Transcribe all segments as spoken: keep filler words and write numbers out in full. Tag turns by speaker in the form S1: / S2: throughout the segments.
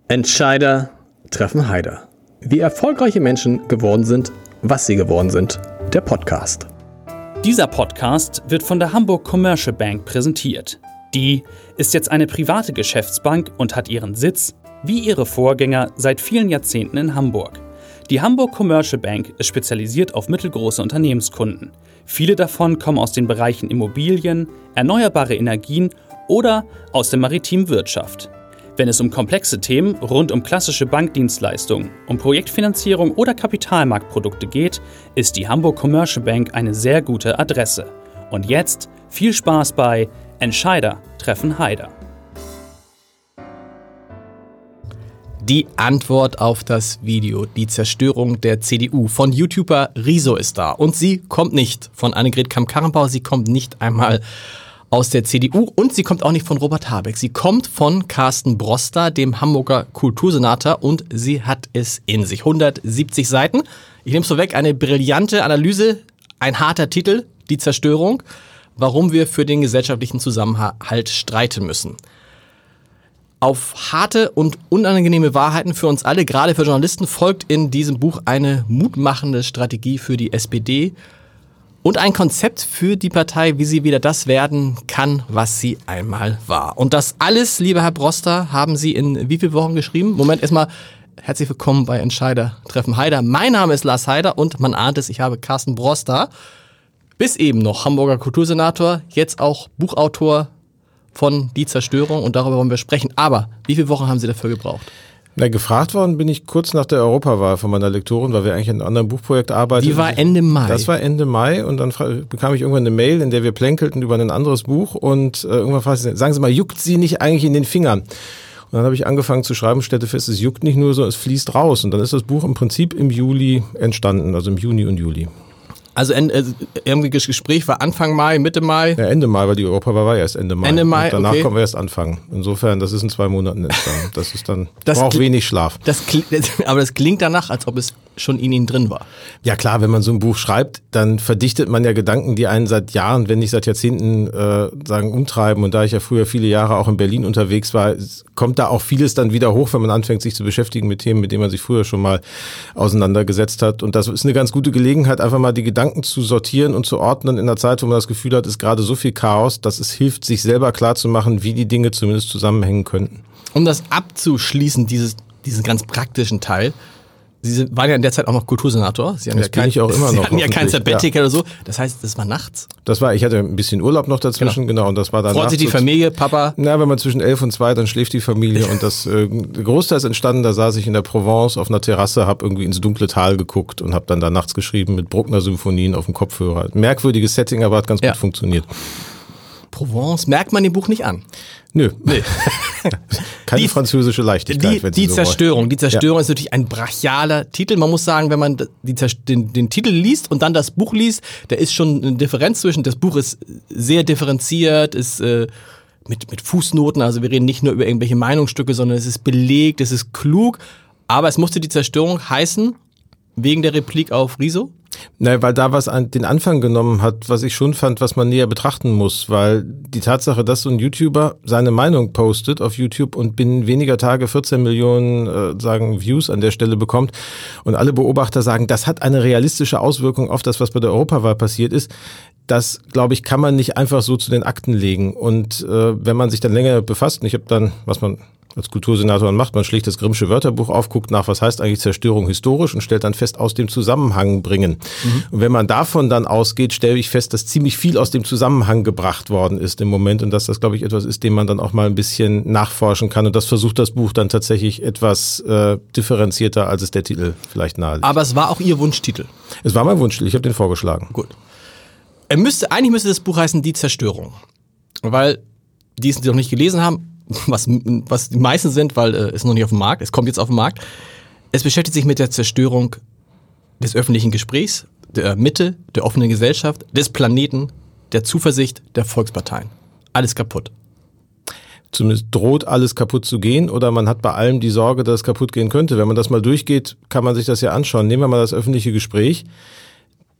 S1: Entscheider treffen Heider. Wie erfolgreiche Menschen geworden sind, was sie geworden sind. Der Podcast.
S2: Dieser Podcast wird von der Hamburg Commercial Bank präsentiert. Die ist jetzt eine private Geschäftsbank und hat ihren Sitz, wie ihre Vorgänger, seit vielen Jahrzehnten in Hamburg. Die Hamburg Commercial Bank ist spezialisiert auf mittelgroße Unternehmenskunden. Viele davon kommen aus den Bereichen Immobilien, erneuerbare Energien oder aus der maritimen Wirtschaft. Wenn es um komplexe Themen rund um klassische Bankdienstleistungen, um Projektfinanzierung oder Kapitalmarktprodukte geht, ist die Hamburg Commercial Bank eine sehr gute Adresse. Und jetzt viel Spaß bei Entscheider treffen Heider.
S3: Die Antwort auf das Video, die Zerstörung der C D U von YouTuber Rezo ist da. Und sie kommt nicht von Annegret Kramp-Karrenbauer, sie kommt nicht einmal aus der C D U und sie kommt auch nicht von Robert Habeck. Sie kommt von Carsten Broster, dem Hamburger Kultursenator, und sie hat es in sich. hundertsiebzig Seiten. Ich nehme es vorweg, eine brillante Analyse, ein harter Titel, die Zerstörung, warum wir für den gesellschaftlichen Zusammenhalt streiten müssen. Auf harte und unangenehme Wahrheiten für uns alle, gerade für Journalisten, folgt in diesem Buch eine mutmachende Strategie für die S P D und ein Konzept für die Partei, wie sie wieder das werden kann, was sie einmal war. Und das alles, lieber Herr Broster, haben Sie in wie vielen Wochen geschrieben? Moment, erstmal herzlich willkommen bei Entscheider treffen Heider. Mein Name ist Lars Heider und man ahnt es, ich habe Carsten Broster, bis eben noch Hamburger Kultursenator, jetzt auch Buchautor von Die Zerstörung, und darüber wollen wir sprechen. Aber wie viele Wochen haben Sie dafür gebraucht?
S4: Na, gefragt worden bin ich kurz nach der Europawahl von meiner Lektorin, weil wir eigentlich an einem anderen Buchprojekt arbeiten.
S3: Die war Ende Mai.
S4: Das war Ende Mai und dann bekam ich irgendwann eine Mail, in der wir plänkelten über ein anderes Buch und äh, irgendwann fragte ich, sagen Sie mal, juckt Sie nicht eigentlich in den Fingern? Und dann habe ich angefangen zu schreiben, stellte fest, es juckt nicht nur so, es fließt raus. Und dann ist das Buch im Prinzip im Juli entstanden, also im Juni und Juli.
S3: Also äh, irgendwie das Gespräch war Anfang Mai, Mitte Mai?
S4: Ja, Ende Mai, weil die Europawahl war ja erst Ende Mai.
S3: Ende Mai,
S4: und danach
S3: okay.
S4: kommen wir erst anfangen. Insofern, das ist in zwei Monaten entstanden. Das ist dann,
S3: das
S4: braucht
S3: kling,
S4: wenig Schlaf.
S3: Das kling, aber das klingt danach, als ob es schon in Ihnen drin war.
S4: Ja klar, wenn man so ein Buch schreibt, dann verdichtet man ja Gedanken, die einen seit Jahren, wenn nicht seit Jahrzehnten, äh, sagen, umtreiben. Und da ich ja früher viele Jahre auch in Berlin unterwegs war, kommt da auch vieles dann wieder hoch, wenn man anfängt, sich zu beschäftigen mit Themen, mit denen man sich früher schon mal auseinandergesetzt hat. Und das ist eine ganz gute Gelegenheit, einfach mal die Gedanken zu sortieren und zu ordnen in einer Zeit, wo man das Gefühl hat, ist gerade so viel Chaos, dass es hilft, sich selber klarzumachen, wie die Dinge zumindest zusammenhängen könnten.
S3: Um das abzuschließen, dieses, diesen ganz praktischen Teil, Sie waren ja in der Zeit auch noch Kultursenator. Sie haben
S4: das
S3: ja kein,
S4: bin ich auch immer
S3: Sie
S4: noch.
S3: hatten ja kein Sabbatical ja. oder so. Das heißt, das war nachts?
S4: Das war, ich hatte ein bisschen Urlaub noch dazwischen, genau. genau und das war dann
S3: Freut sich die Familie, Papa?
S4: Na, wenn man zwischen elf und zwei, dann schläft die Familie und das äh, Großteil ist entstanden, da saß ich in der Provence auf einer Terrasse, habe irgendwie ins dunkle Tal geguckt und habe dann da nachts geschrieben mit Bruckner-Symphonien auf dem Kopfhörer. Merkwürdiges Setting, aber hat ganz ja. gut funktioniert.
S3: Provence merkt man dem Buch nicht an.
S4: Nö. Nee. Keine
S3: die,
S4: französische Leichtigkeit.
S3: Die,
S4: wenn
S3: die
S4: so
S3: Zerstörung.
S4: wollen.
S3: Die Zerstörung ja. ist natürlich ein brachialer Titel. Man muss sagen, wenn man die, den, den Titel liest und dann das Buch liest, da ist schon eine Differenz zwischen. Das Buch ist sehr differenziert, ist äh, mit, mit Fußnoten. Also wir reden nicht nur über irgendwelche Meinungsstücke, sondern es ist belegt, es ist klug. Aber es musste die Zerstörung heißen, wegen der Replik auf Rezo?
S4: Nein, weil da was an den Anfang genommen hat, was ich schon fand, was man näher betrachten muss, weil die Tatsache, dass so ein YouTuber seine Meinung postet auf YouTube und binnen weniger Tage vierzehn Millionen äh, sagen Views an der Stelle bekommt und alle Beobachter sagen, das hat eine realistische Auswirkung auf das, was bei der Europawahl passiert ist, das, glaube ich, kann man nicht einfach so zu den Akten legen. Und äh, wenn man sich dann länger befasst, und ich habe dann, was man als Kultursenator macht, man schlägt das Grimmsche Wörterbuch auf, guckt nach, was heißt eigentlich Zerstörung historisch und stellt dann fest, aus dem Zusammenhang bringen. Mhm. Und wenn man davon dann ausgeht, stelle ich fest, dass ziemlich viel aus dem Zusammenhang gebracht worden ist im Moment und dass das, glaube ich, etwas ist, dem man dann auch mal ein bisschen nachforschen kann. Und das versucht das Buch dann tatsächlich etwas äh, differenzierter, als es der Titel vielleicht nahelegt.
S3: Aber es war auch Ihr Wunschtitel?
S4: Es war mein Wunschtitel, ich habe den vorgeschlagen.
S3: Gut. Er müsste, eigentlich müsste das Buch heißen Die Zerstörung. Weil die es noch nicht gelesen haben, was, was die meisten sind, weil äh, es noch nicht auf dem Markt, es kommt jetzt auf den Markt. Es beschäftigt sich mit der Zerstörung des öffentlichen Gesprächs, der Mitte, der offenen Gesellschaft, des Planeten, der Zuversicht der Volksparteien. Alles kaputt.
S4: Zumindest droht alles kaputt zu gehen oder man hat bei allem die Sorge, dass es kaputt gehen könnte. Wenn man das mal durchgeht, kann man sich das ja anschauen. Nehmen wir mal das öffentliche Gespräch.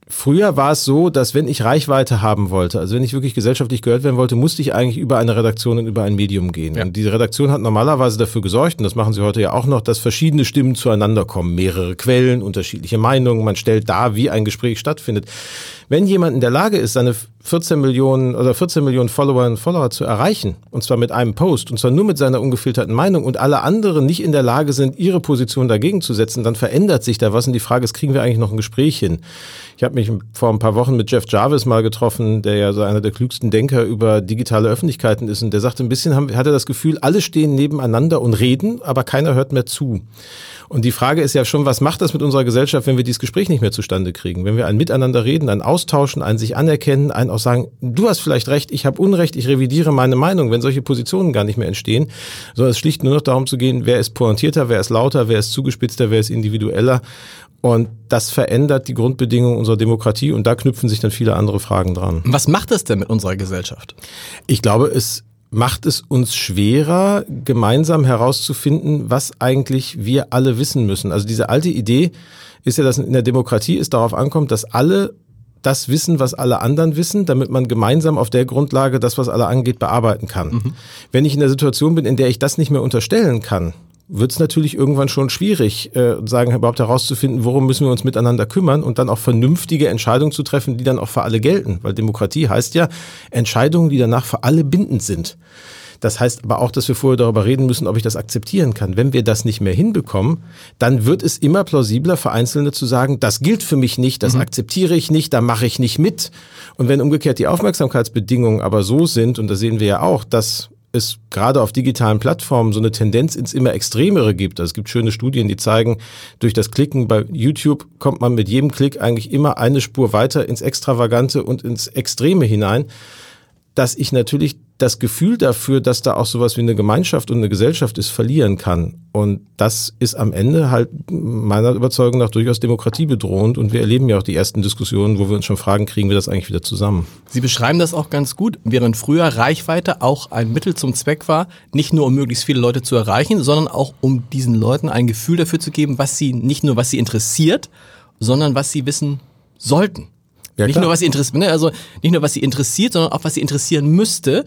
S4: Früher war es so, dass wenn ich Reichweite haben wollte, also wenn ich wirklich gesellschaftlich gehört werden wollte, musste ich eigentlich über eine Redaktion und über ein Medium gehen. Ja. Und diese Redaktion hat normalerweise dafür gesorgt, und das machen sie heute ja auch noch, dass verschiedene Stimmen zueinander kommen. Mehrere Quellen, unterschiedliche Meinungen, man stellt dar, wie ein Gespräch stattfindet. Wenn jemand in der Lage ist, seine vierzehn Millionen oder vierzehn Millionen Followerinnen und Follower zu erreichen, und zwar mit einem Post, und zwar nur mit seiner ungefilterten Meinung, und alle anderen nicht in der Lage sind, ihre Position dagegen zu setzen, dann verändert sich da was, und die Frage ist, kriegen wir eigentlich noch ein Gespräch hin? Ich habe mich vor ein paar Wochen mit Jeff Jarvis mal getroffen, der ja so einer der klügsten Denker über digitale Öffentlichkeiten ist, und der sagte, ein bisschen haben, hat er das Gefühl, alle stehen nebeneinander und reden, aber keiner hört mehr zu. Und die Frage ist ja schon, was macht das mit unserer Gesellschaft, wenn wir dieses Gespräch nicht mehr zustande kriegen? Wenn wir ein Miteinander reden, ein Austauschen, ein sich anerkennen, ein auch sagen, du hast vielleicht recht, ich habe Unrecht, ich revidiere meine Meinung, wenn solche Positionen gar nicht mehr entstehen, sondern es schlicht nur noch darum zu gehen, wer ist pointierter, wer ist lauter, wer ist zugespitzter, wer ist individueller. Und das verändert die Grundbedingungen unserer Demokratie, und da knüpfen sich dann viele andere Fragen dran.
S3: Was macht das denn mit unserer Gesellschaft?
S4: Ich glaube, es macht es uns schwerer, gemeinsam herauszufinden, was eigentlich wir alle wissen müssen. Also diese alte Idee ist ja, dass in der Demokratie es darauf ankommt, dass alle das wissen, was alle anderen wissen, damit man gemeinsam auf der Grundlage das, was alle angeht, bearbeiten kann. Mhm. Wenn ich in der Situation bin, in der ich das nicht mehr unterstellen kann, wird es natürlich irgendwann schon schwierig, äh, sagen, überhaupt herauszufinden, worum müssen wir uns miteinander kümmern, und dann auch vernünftige Entscheidungen zu treffen, die dann auch für alle gelten. Weil Demokratie heißt ja Entscheidungen, die danach für alle bindend sind. Das heißt aber auch, dass wir vorher darüber reden müssen, ob ich das akzeptieren kann. Wenn wir das nicht mehr hinbekommen, dann wird es immer plausibler für Einzelne zu sagen, das gilt für mich nicht, das mhm. akzeptiere ich nicht, da mache ich nicht mit. Und wenn umgekehrt die Aufmerksamkeitsbedingungen aber so sind, und da sehen wir ja auch, dass es gerade auf digitalen Plattformen so eine Tendenz ins immer Extremere gibt. Also es gibt schöne Studien, die zeigen, durch das Klicken bei YouTube kommt man mit jedem Klick eigentlich immer eine Spur weiter ins Extravagante und ins Extreme hinein, dass ich natürlich das Gefühl dafür, dass da auch sowas wie eine Gemeinschaft und eine Gesellschaft ist, verlieren kann. Und das ist am Ende halt meiner Überzeugung nach durchaus demokratiebedrohend. Und wir erleben ja auch die ersten Diskussionen, wo wir uns schon fragen, kriegen wir das eigentlich wieder zusammen?
S3: Sie beschreiben das auch ganz gut, während früher Reichweite auch ein Mittel zum Zweck war, nicht nur um möglichst viele Leute zu erreichen, sondern auch um diesen Leuten ein Gefühl dafür zu geben, was sie, nicht nur was sie interessiert, sondern was sie wissen sollten. Ja, nicht nur was sie interessiert, ne? Also nicht nur was sie interessiert, sondern auch was sie interessieren müsste.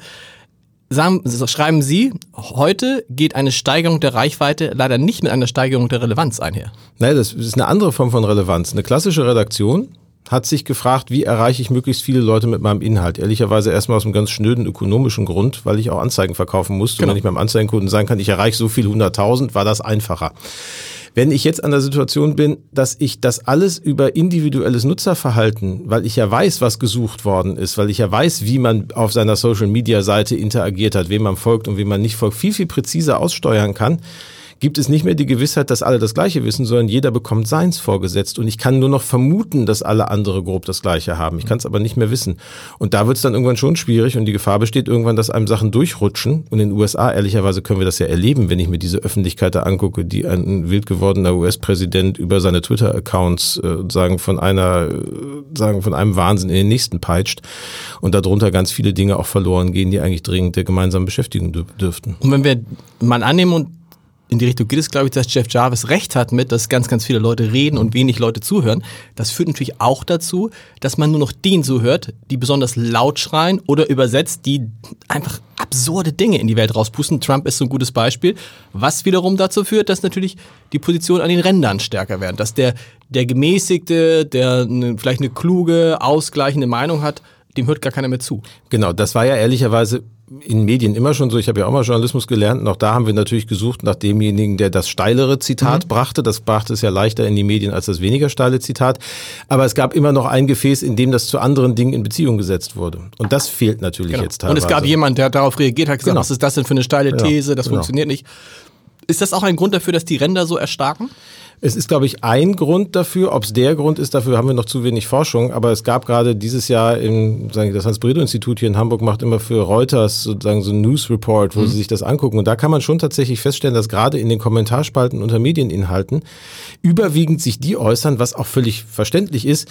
S3: Sagen, schreiben Sie, heute geht eine Steigerung der Reichweite leider nicht mit einer Steigerung der Relevanz einher.
S4: Nein, das ist eine andere Form von Relevanz. Eine klassische Redaktion hat sich gefragt, wie erreiche ich möglichst viele Leute mit meinem Inhalt? Ehrlicherweise erstmal aus einem ganz schnöden ökonomischen Grund, weil ich auch Anzeigen verkaufen musste. Genau. Und wenn ich meinem Anzeigenkunden sagen kann, ich erreiche so viel hunderttausend, war das einfacher. Wenn ich jetzt an der Situation bin, dass ich das alles über individuelles Nutzerverhalten, weil ich ja weiß, was gesucht worden ist, weil ich ja weiß, wie man auf seiner Social-Media-Seite interagiert hat, wem man folgt und wem man nicht folgt, viel, viel präziser aussteuern kann, gibt es nicht mehr die Gewissheit, dass alle das Gleiche wissen, sondern jeder bekommt seins vorgesetzt. Und ich kann nur noch vermuten, dass alle andere grob das Gleiche haben. Ich kann es aber nicht mehr wissen. Und da wird es dann irgendwann schon schwierig, und die Gefahr besteht irgendwann, dass einem Sachen durchrutschen. Und in den U S A, ehrlicherweise, können wir das ja erleben, wenn ich mir diese Öffentlichkeit da angucke, die ein wild gewordener U S-Präsident über seine Twitter-Accounts äh, sagen von einer, äh, sagen von einem Wahnsinn in den nächsten peitscht. Und darunter ganz viele Dinge auch verloren gehen, die eigentlich dringend der gemeinsamen Beschäftigung dür- dürften.
S3: Und wenn wir mal annehmen, und in die Richtung geht es, glaube ich, dass Jeff Jarvis recht hat mit, dass ganz, ganz viele Leute reden und wenig Leute zuhören. Das führt natürlich auch dazu, dass man nur noch denen zuhört, die besonders laut schreien oder übersetzt, die einfach absurde Dinge in die Welt rauspusten. Trump ist so ein gutes Beispiel, was wiederum dazu führt, dass natürlich die Positionen an den Rändern stärker werden. Dass der, der Gemäßigte, der eine, vielleicht eine kluge, ausgleichende Meinung hat, dem hört gar keiner mehr zu.
S4: Genau, das war ja ehrlicherweise in Medien immer schon so. Ich habe ja auch mal Journalismus gelernt, und auch da haben wir natürlich gesucht nach demjenigen, der das steilere Zitat mhm. brachte. Das brachte es ja leichter in die Medien als das weniger steile Zitat. Aber es gab immer noch ein Gefäß, in dem das zu anderen Dingen in Beziehung gesetzt wurde. Und das fehlt natürlich
S3: genau.
S4: jetzt teilweise.
S3: Und es gab jemand, der darauf reagiert hat, gesagt, genau. was ist das denn für eine steile These, das genau. funktioniert nicht. Ist das auch ein Grund dafür, dass die Ränder so erstarken?
S4: Es ist, glaube ich, ein Grund dafür. Ob es der Grund ist, dafür haben wir noch zu wenig Forschung. Aber es gab gerade dieses Jahr, im, das Hans-Bredow-Institut hier in Hamburg macht immer für Reuters sozusagen so ein News Report, wo mhm. sie sich das angucken. Und da kann man schon tatsächlich feststellen, dass gerade in den Kommentarspalten unter Medieninhalten überwiegend sich die äußern, was auch völlig verständlich ist,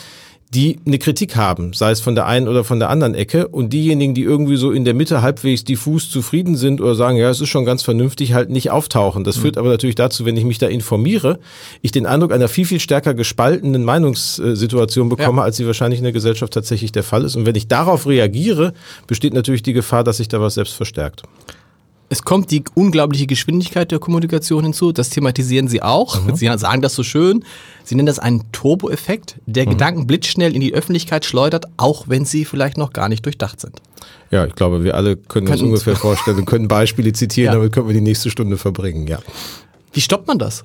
S4: die eine Kritik haben, sei es von der einen oder von der anderen Ecke, und diejenigen, die irgendwie so in der Mitte halbwegs diffus zufrieden sind oder sagen, ja, es ist schon ganz vernünftig, halt nicht auftauchen. Das mhm. führt aber natürlich dazu, wenn ich mich da informiere, ich den Eindruck einer viel, viel stärker gespaltenen Meinungssituation bekomme, ja. als sie wahrscheinlich in der Gesellschaft tatsächlich der Fall ist. Und wenn ich darauf reagiere, besteht natürlich die Gefahr, dass sich da was selbst verstärkt.
S3: Es kommt die unglaubliche Geschwindigkeit der Kommunikation hinzu. Das thematisieren Sie auch. Mhm. Sie sagen das so schön. Sie nennen das einen Turbo-Effekt, der mhm. Gedanken blitzschnell in die Öffentlichkeit schleudert, auch wenn sie vielleicht noch gar nicht durchdacht sind.
S4: Ja, ich glaube, wir alle können, können uns ungefähr vorstellen und können Beispiele zitieren, ja. damit können wir die nächste Stunde verbringen. Ja.
S3: Wie stoppt man das?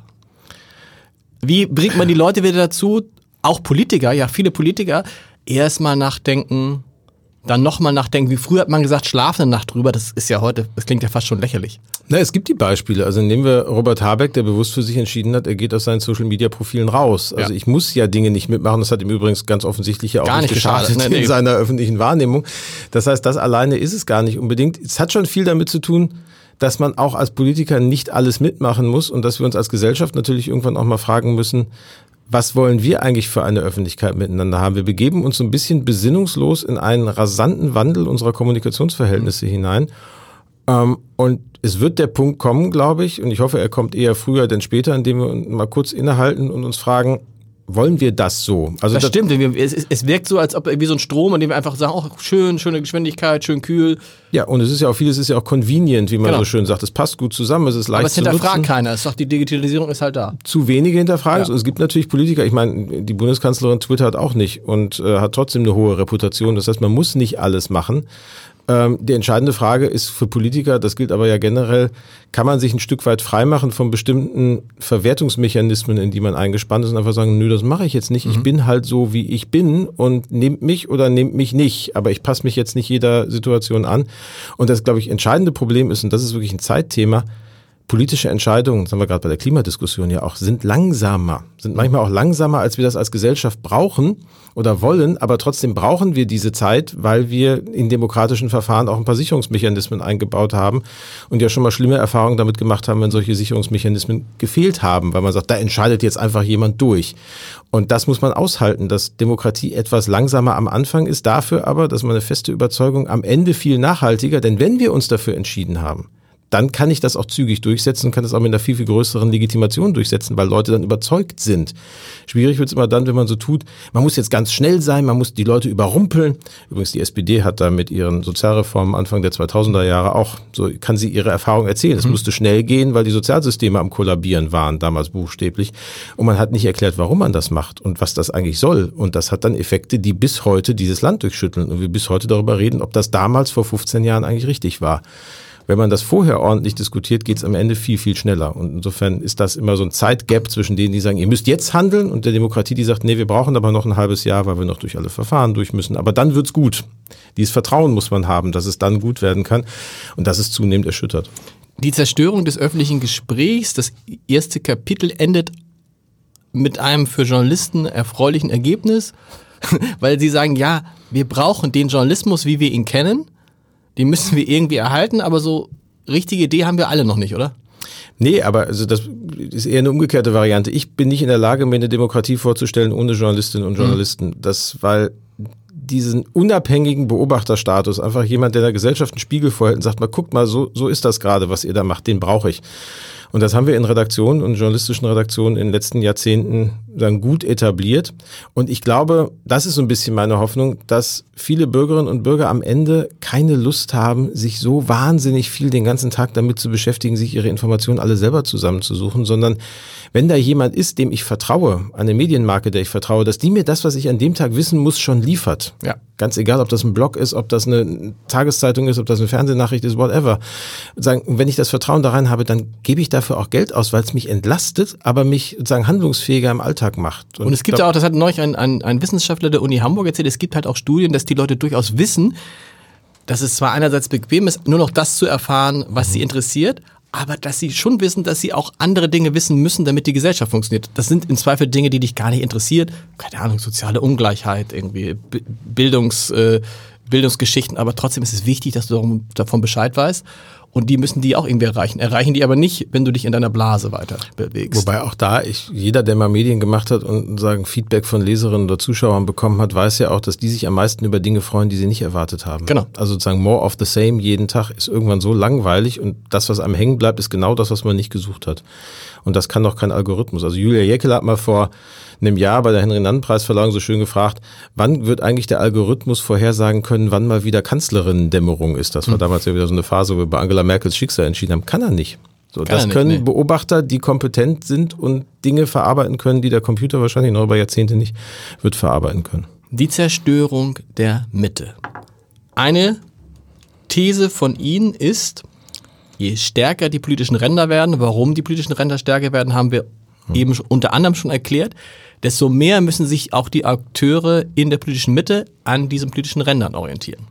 S3: Wie bringt man die Leute wieder dazu, auch Politiker, ja viele Politiker, erstmal nachdenken, dann nochmal nachdenken, wie früher hat man gesagt, schlaf eine Nacht drüber, das ist ja heute, das klingt ja fast schon lächerlich.
S4: Na, es gibt die Beispiele, also nehmen wir Robert Habeck, der bewusst für sich entschieden hat, er geht aus seinen Social-Media-Profilen raus. Also ja. ich muss ja Dinge nicht mitmachen, das hat ihm übrigens ganz offensichtlich ja auch
S3: gar nicht geschadet,
S4: geschadet in nee. seiner öffentlichen Wahrnehmung. Das heißt, das alleine ist es gar nicht unbedingt. Es hat schon viel damit zu tun, dass man auch als Politiker nicht alles mitmachen muss und dass wir uns als Gesellschaft natürlich irgendwann auch mal fragen müssen, was wollen wir eigentlich für eine Öffentlichkeit miteinander haben? Wir begeben uns so ein bisschen besinnungslos in einen rasanten Wandel unserer Kommunikationsverhältnisse mhm. hinein. Ähm, und es wird der Punkt kommen, glaube ich, und ich hoffe, er kommt eher früher denn später, indem wir mal kurz innehalten und uns fragen, wollen wir das so? Also
S3: das, das stimmt, es, es wirkt so, als ob wie so ein Strom, an dem wir einfach sagen, oh, schön, schöne Geschwindigkeit, schön kühl.
S4: Ja, und es ist ja auch vieles ist ja auch convenient, wie man genau. so schön sagt. Es passt gut zusammen, es ist leicht zu nutzen.
S3: Aber es hinterfragt keiner, es sagt, die Digitalisierung ist halt da.
S4: Zu wenige hinterfragen es. Ja. Und es gibt natürlich Politiker, ich meine, die Bundeskanzlerin twittert auch nicht und äh, hat trotzdem eine hohe Reputation. Das heißt, man muss nicht alles machen. Ähm, die entscheidende Frage ist für Politiker, das gilt aber ja generell, kann man sich ein Stück weit freimachen von bestimmten Verwertungsmechanismen, in die man eingespannt ist und einfach sagen, nö, das mache ich jetzt nicht, mhm. ich bin halt so, wie ich bin und nehmt mich oder nehmt mich nicht, aber ich passe mich jetzt nicht jeder Situation an. Und das, glaube ich, entscheidende Problem ist, und das ist wirklich ein Zeitthema, politische Entscheidungen, das haben wir gerade bei der Klimadiskussion ja auch, sind langsamer, sind manchmal auch langsamer, als wir das als Gesellschaft brauchen oder wollen, aber trotzdem brauchen wir diese Zeit, weil wir in demokratischen Verfahren auch ein paar Sicherungsmechanismen eingebaut haben und ja schon mal schlimme Erfahrungen damit gemacht haben, wenn solche Sicherungsmechanismen gefehlt haben, weil man sagt, da entscheidet jetzt einfach jemand durch. Und das muss man aushalten, dass Demokratie etwas langsamer am Anfang ist, dafür aber, dass man eine feste Überzeugung am Ende viel nachhaltiger, denn wenn wir uns dafür entschieden haben, dann kann ich das auch zügig durchsetzen und kann das auch mit einer viel, viel größeren Legitimation durchsetzen, weil Leute dann überzeugt sind. Schwierig wird es immer dann, wenn man so tut, man muss jetzt ganz schnell sein, man muss die Leute überrumpeln. Übrigens, die S P D hat da mit ihren Sozialreformen Anfang der zweitausender Jahre auch, so kann sie ihre Erfahrung erzählen. Es mhm. musste schnell gehen, weil die Sozialsysteme am Kollabieren waren, damals buchstäblich. Und man hat nicht erklärt, warum man das macht und was das eigentlich soll. Und das hat dann Effekte, die bis heute dieses Land durchschütteln und wir bis heute darüber reden, ob das damals vor fünfzehn Jahren eigentlich richtig war. Wenn man das vorher ordentlich diskutiert, geht es am Ende viel, viel schneller. Und insofern ist das immer so ein Zeitgap zwischen denen, die sagen, ihr müsst jetzt handeln, und der Demokratie, die sagt, nee, wir brauchen aber noch ein halbes Jahr, weil wir noch durch alle Verfahren durch müssen. Aber dann wird's gut. Dieses Vertrauen muss man haben, dass es dann gut werden kann. Und das ist zunehmend erschüttert.
S3: Die Zerstörung des öffentlichen Gesprächs, das erste Kapitel endet mit einem für Journalisten erfreulichen Ergebnis, weil sie sagen, ja, wir brauchen den Journalismus, wie wir ihn kennen. Den müssen wir irgendwie erhalten, aber so richtige Idee haben wir alle noch nicht, oder?
S4: Nee, aber also das ist eher eine umgekehrte Variante. Ich bin nicht in der Lage, mir eine Demokratie vorzustellen ohne Journalistinnen und Journalisten. Mhm. Das, weil diesen unabhängigen Beobachterstatus, einfach jemand, der der Gesellschaft einen Spiegel vorhält und sagt, mal guckt mal, so, so ist das gerade, was ihr da macht, den brauche ich. Und das haben wir in Redaktionen und journalistischen Redaktionen in den letzten Jahrzehnten dann gut etabliert. Und ich glaube, das ist so ein bisschen meine Hoffnung, dass viele Bürgerinnen und Bürger am Ende keine Lust haben, sich so wahnsinnig viel den ganzen Tag damit zu beschäftigen, sich ihre Informationen alle selber zusammenzusuchen, sondern wenn da jemand ist, dem ich vertraue, eine Medienmarke, der ich vertraue, dass die mir das, was ich an dem Tag wissen muss, schon liefert. Ja. Ganz egal, ob das ein Blog ist, ob das eine Tageszeitung ist, ob das eine Fernsehnachricht ist, whatever. Sagen, wenn ich das Vertrauen da rein habe, dann gebe ich dafür auch Geld aus, weil es mich entlastet, aber mich sozusagen handlungsfähiger im Alltag macht.
S3: Und, Und es gibt ja auch, das hat neulich ein, ein, ein Wissenschaftler der Uni Hamburg erzählt, es gibt halt auch Studien, dass die Leute durchaus wissen, dass es zwar einerseits bequem ist, nur noch das zu erfahren, was mhm. sie interessiert, aber dass sie schon wissen, dass sie auch andere Dinge wissen müssen, damit die Gesellschaft funktioniert. Das sind im Zweifel Dinge, die dich gar nicht interessiert. Keine Ahnung, soziale Ungleichheit, irgendwie Bildungs, äh, Bildungsgeschichten, aber trotzdem ist es wichtig, dass du davon Bescheid weißt. Und die müssen die auch irgendwie erreichen. Erreichen die aber nicht, wenn du dich in deiner Blase weiter bewegst.
S4: Wobei auch da, ich, jeder, der mal Medien gemacht hat und sagen Feedback von Leserinnen oder Zuschauern bekommen hat, weiß ja auch, dass die sich am meisten über Dinge freuen, die sie nicht erwartet haben.
S3: Genau.
S4: Also sozusagen more of the same jeden Tag ist irgendwann so langweilig und das, was einem hängen bleibt, ist genau das, was man nicht gesucht hat. Und das kann doch kein Algorithmus. Also Julia Jäckel hat mal vor einem Jahr bei der Henry-Nannen-Preisverleihung so schön gefragt, wann wird eigentlich der Algorithmus vorhersagen können, wann mal wieder Kanzlerinnen-Dämmerung ist. Das war mhm. damals ja wieder so eine Phase, wo wir bei Angela Merkels Schicksal entschieden haben. Kann er nicht. So,
S3: kann
S4: das
S3: nicht,
S4: können
S3: nee.
S4: Beobachter, die kompetent sind und Dinge verarbeiten können, die der Computer wahrscheinlich noch über Jahrzehnte nicht wird verarbeiten können.
S3: Die Zerstörung der Mitte. Eine These von Ihnen ist, je stärker die politischen Ränder werden, warum die politischen Ränder stärker werden, haben wir hm. eben unter anderem schon erklärt, desto mehr müssen sich auch die Akteure in der politischen Mitte an diesen politischen Rändern orientieren.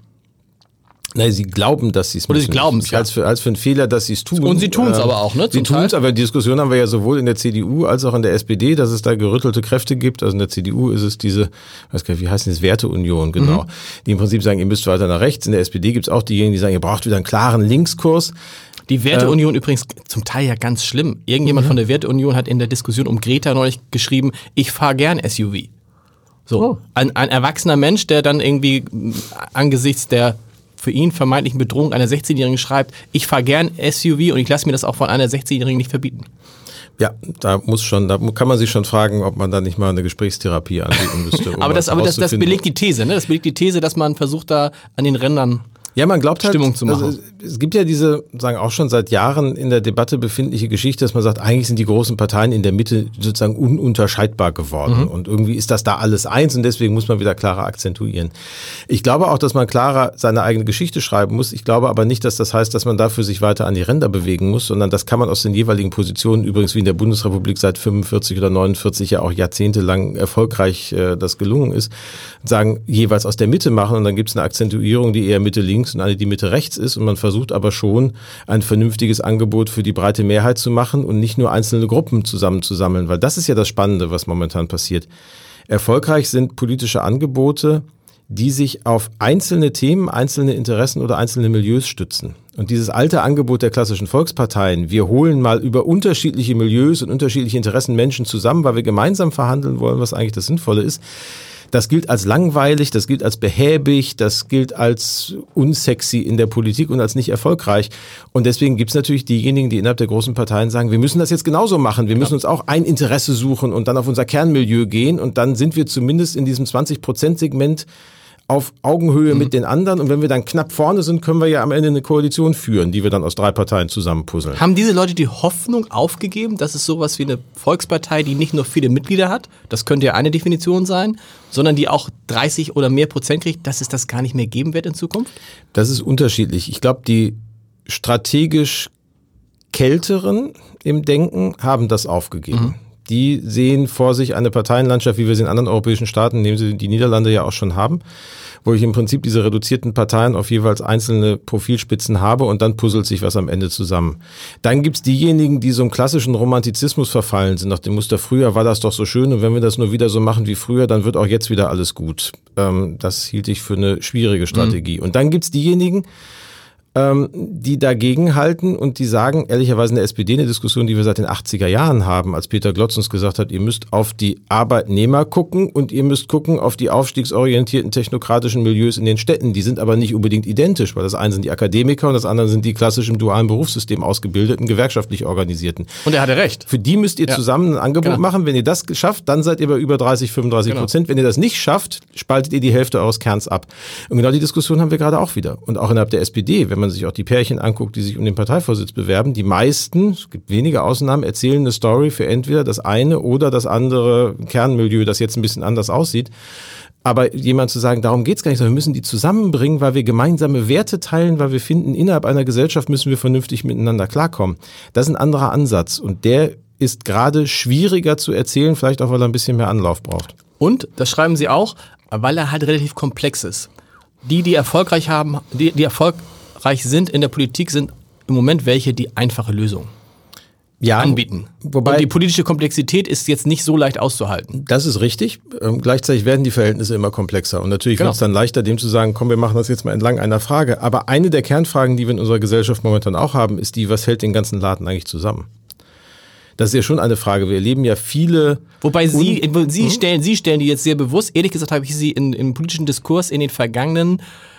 S4: Nein, sie glauben, dass sie es
S3: Oder sie glauben es, ja.
S4: Als für, als für einen Fehler, dass sie es tun.
S3: Und sie tun es
S4: ähm,
S3: aber auch, ne?
S4: Sie tun es, aber die Diskussion haben wir ja sowohl in der C D U als auch in der S P D, dass es da gerüttelte Kräfte gibt. Also in der C D U ist es diese, weiß gar nicht, wie heißt das, Werteunion, genau. Mhm. Die im Prinzip sagen, ihr müsst weiter nach rechts. In der S P D gibt es auch diejenigen, die sagen, ihr braucht wieder einen klaren Linkskurs.
S3: Die Werteunion ähm, übrigens zum Teil ja ganz schlimm. Irgendjemand mhm. von der Werteunion hat in der Diskussion um Greta neulich geschrieben, ich fahre gern S U V. So, oh. ein, ein erwachsener Mensch, der dann irgendwie angesichts der für ihn vermeintlichen Bedrohung einer sechzehnjährigen schreibt, ich fahre gern S U V und ich lasse mir das auch von einer sechzehnjährigen nicht verbieten.
S4: Ja, da muss schon, da kann man sich schon fragen, ob man da nicht mal eine Gesprächstherapie anbieten müsste. Um
S3: aber das, aber das, das belegt die These, ne? Das belegt die These, dass man versucht, da an den Rändern
S4: ja, man glaubt halt,
S3: Stimmung zu machen.
S4: Also es gibt ja diese, sagen auch schon seit Jahren in der Debatte befindliche Geschichte, dass man sagt, eigentlich sind die großen Parteien in der Mitte sozusagen ununterscheidbar geworden. Mhm. Und irgendwie ist das da alles eins und deswegen muss man wieder klarer akzentuieren. Ich glaube auch, dass man klarer seine eigene Geschichte schreiben muss. Ich glaube aber nicht, dass das heißt, dass man dafür sich weiter an die Ränder bewegen muss, sondern das kann man aus den jeweiligen Positionen, übrigens wie in der Bundesrepublik seit fünfundvierzig oder neunundvierzig ja auch jahrzehntelang erfolgreich äh, das gelungen ist, sagen, jeweils aus der Mitte machen und dann gibt es eine Akzentuierung, die eher Mitte-links und eine, die Mitte rechts ist und man versucht aber schon ein vernünftiges Angebot für die breite Mehrheit zu machen und nicht nur einzelne Gruppen zusammenzusammeln, weil das ist ja das Spannende, was momentan passiert. Erfolgreich sind politische Angebote, die sich auf einzelne Themen, einzelne Interessen oder einzelne Milieus stützen. Und dieses alte Angebot der klassischen Volksparteien, wir holen mal über unterschiedliche Milieus und unterschiedliche Interessen Menschen zusammen, weil wir gemeinsam verhandeln wollen, was eigentlich das Sinnvolle ist, das gilt als langweilig, das gilt als behäbig, das gilt als unsexy in der Politik und als nicht erfolgreich. Und deswegen gibt es natürlich diejenigen, die innerhalb der großen Parteien sagen, wir müssen das jetzt genauso machen. Wir müssen uns auch ein Interesse suchen und dann auf unser Kernmilieu gehen. Und dann sind wir zumindest in diesem zwanzig-Prozent-Segment auf Augenhöhe mhm. mit den anderen. Und wenn wir dann knapp vorne sind, können wir ja am Ende eine Koalition führen, die wir dann aus drei Parteien zusammenpuzzeln.
S3: Haben diese Leute die Hoffnung aufgegeben, dass es sowas wie eine Volkspartei, die nicht nur viele Mitglieder hat, das könnte ja eine Definition sein, sondern die auch dreißig oder mehr Prozent kriegt, dass es das gar nicht mehr geben wird in Zukunft?
S4: Das ist unterschiedlich. Ich glaube, die strategisch Kälteren im Denken haben das aufgegeben. Mhm. Die sehen vor sich eine Parteienlandschaft, wie wir sie in anderen europäischen Staaten, nehmen sie die Niederlande ja auch schon haben, wo ich im Prinzip diese reduzierten Parteien auf jeweils einzelne Profilspitzen habe und dann puzzelt sich was am Ende zusammen. Dann gibt's diejenigen, die so im klassischen Romantizismus verfallen sind, nach dem Muster, früher war das doch so schön und wenn wir das nur wieder so machen wie früher, dann wird auch jetzt wieder alles gut. Ähm, das hielt ich für eine schwierige Strategie. Mhm. Und dann gibt's diejenigen, ähm, die dagegen halten und die sagen, ehrlicherweise in der S P D eine Diskussion, die wir seit den achtziger Jahren haben, als Peter Glotz uns gesagt hat, ihr müsst auf die Arbeitnehmer gucken und ihr müsst gucken auf die aufstiegsorientierten technokratischen Milieus in den Städten. Die sind aber nicht unbedingt identisch, weil das eine sind die Akademiker und das andere sind die klassisch im dualen Berufssystem ausgebildeten, gewerkschaftlich organisierten.
S3: Und er hatte recht.
S4: Für die müsst ihr ja. zusammen ein Angebot genau. machen. Wenn ihr das schafft, dann seid ihr bei über dreißig, fünfunddreißig Prozent. Genau. Wenn ihr das nicht schafft, spaltet ihr die Hälfte eures Kerns ab. Und genau die Diskussion haben wir gerade auch wieder. Und auch innerhalb der S P D, wenn man sich auch die Pärchen anguckt, die sich um den Parteivorsitz bewerben, die meisten, es gibt wenige Ausnahmen, erzählen eine Story für entweder das eine oder das andere Kernmilieu, das jetzt ein bisschen anders aussieht. Aber jemand zu sagen, darum geht's gar nicht, sondern wir müssen die zusammenbringen, weil wir gemeinsame Werte teilen, weil wir finden, innerhalb einer Gesellschaft müssen wir vernünftig miteinander klarkommen. Das ist ein anderer Ansatz und der ist gerade schwieriger zu erzählen, vielleicht auch, weil er ein bisschen mehr Anlauf braucht.
S3: Und, das schreiben Sie auch, weil er halt relativ komplex ist. Die, die erfolgreich haben, die, die erfolgreich sind in der Politik, sind im Moment welche die einfache Lösung. ja, anbieten.
S4: Wobei,
S3: und die politische Komplexität ist jetzt nicht so leicht auszuhalten.
S4: Das ist richtig. Ähm, gleichzeitig werden die Verhältnisse immer komplexer. Und natürlich
S3: genau.
S4: wird es dann leichter, dem zu sagen, komm, wir machen das jetzt mal entlang einer Frage. Aber eine der Kernfragen, die wir in unserer Gesellschaft momentan auch haben, ist die, was hält den ganzen Laden eigentlich zusammen? Das ist ja schon eine Frage. Wir erleben ja viele...
S3: Wobei Sie, Sie, stellen, Sie stellen die jetzt sehr bewusst. Ehrlich gesagt habe ich Sie in, im politischen Diskurs in den vergangenen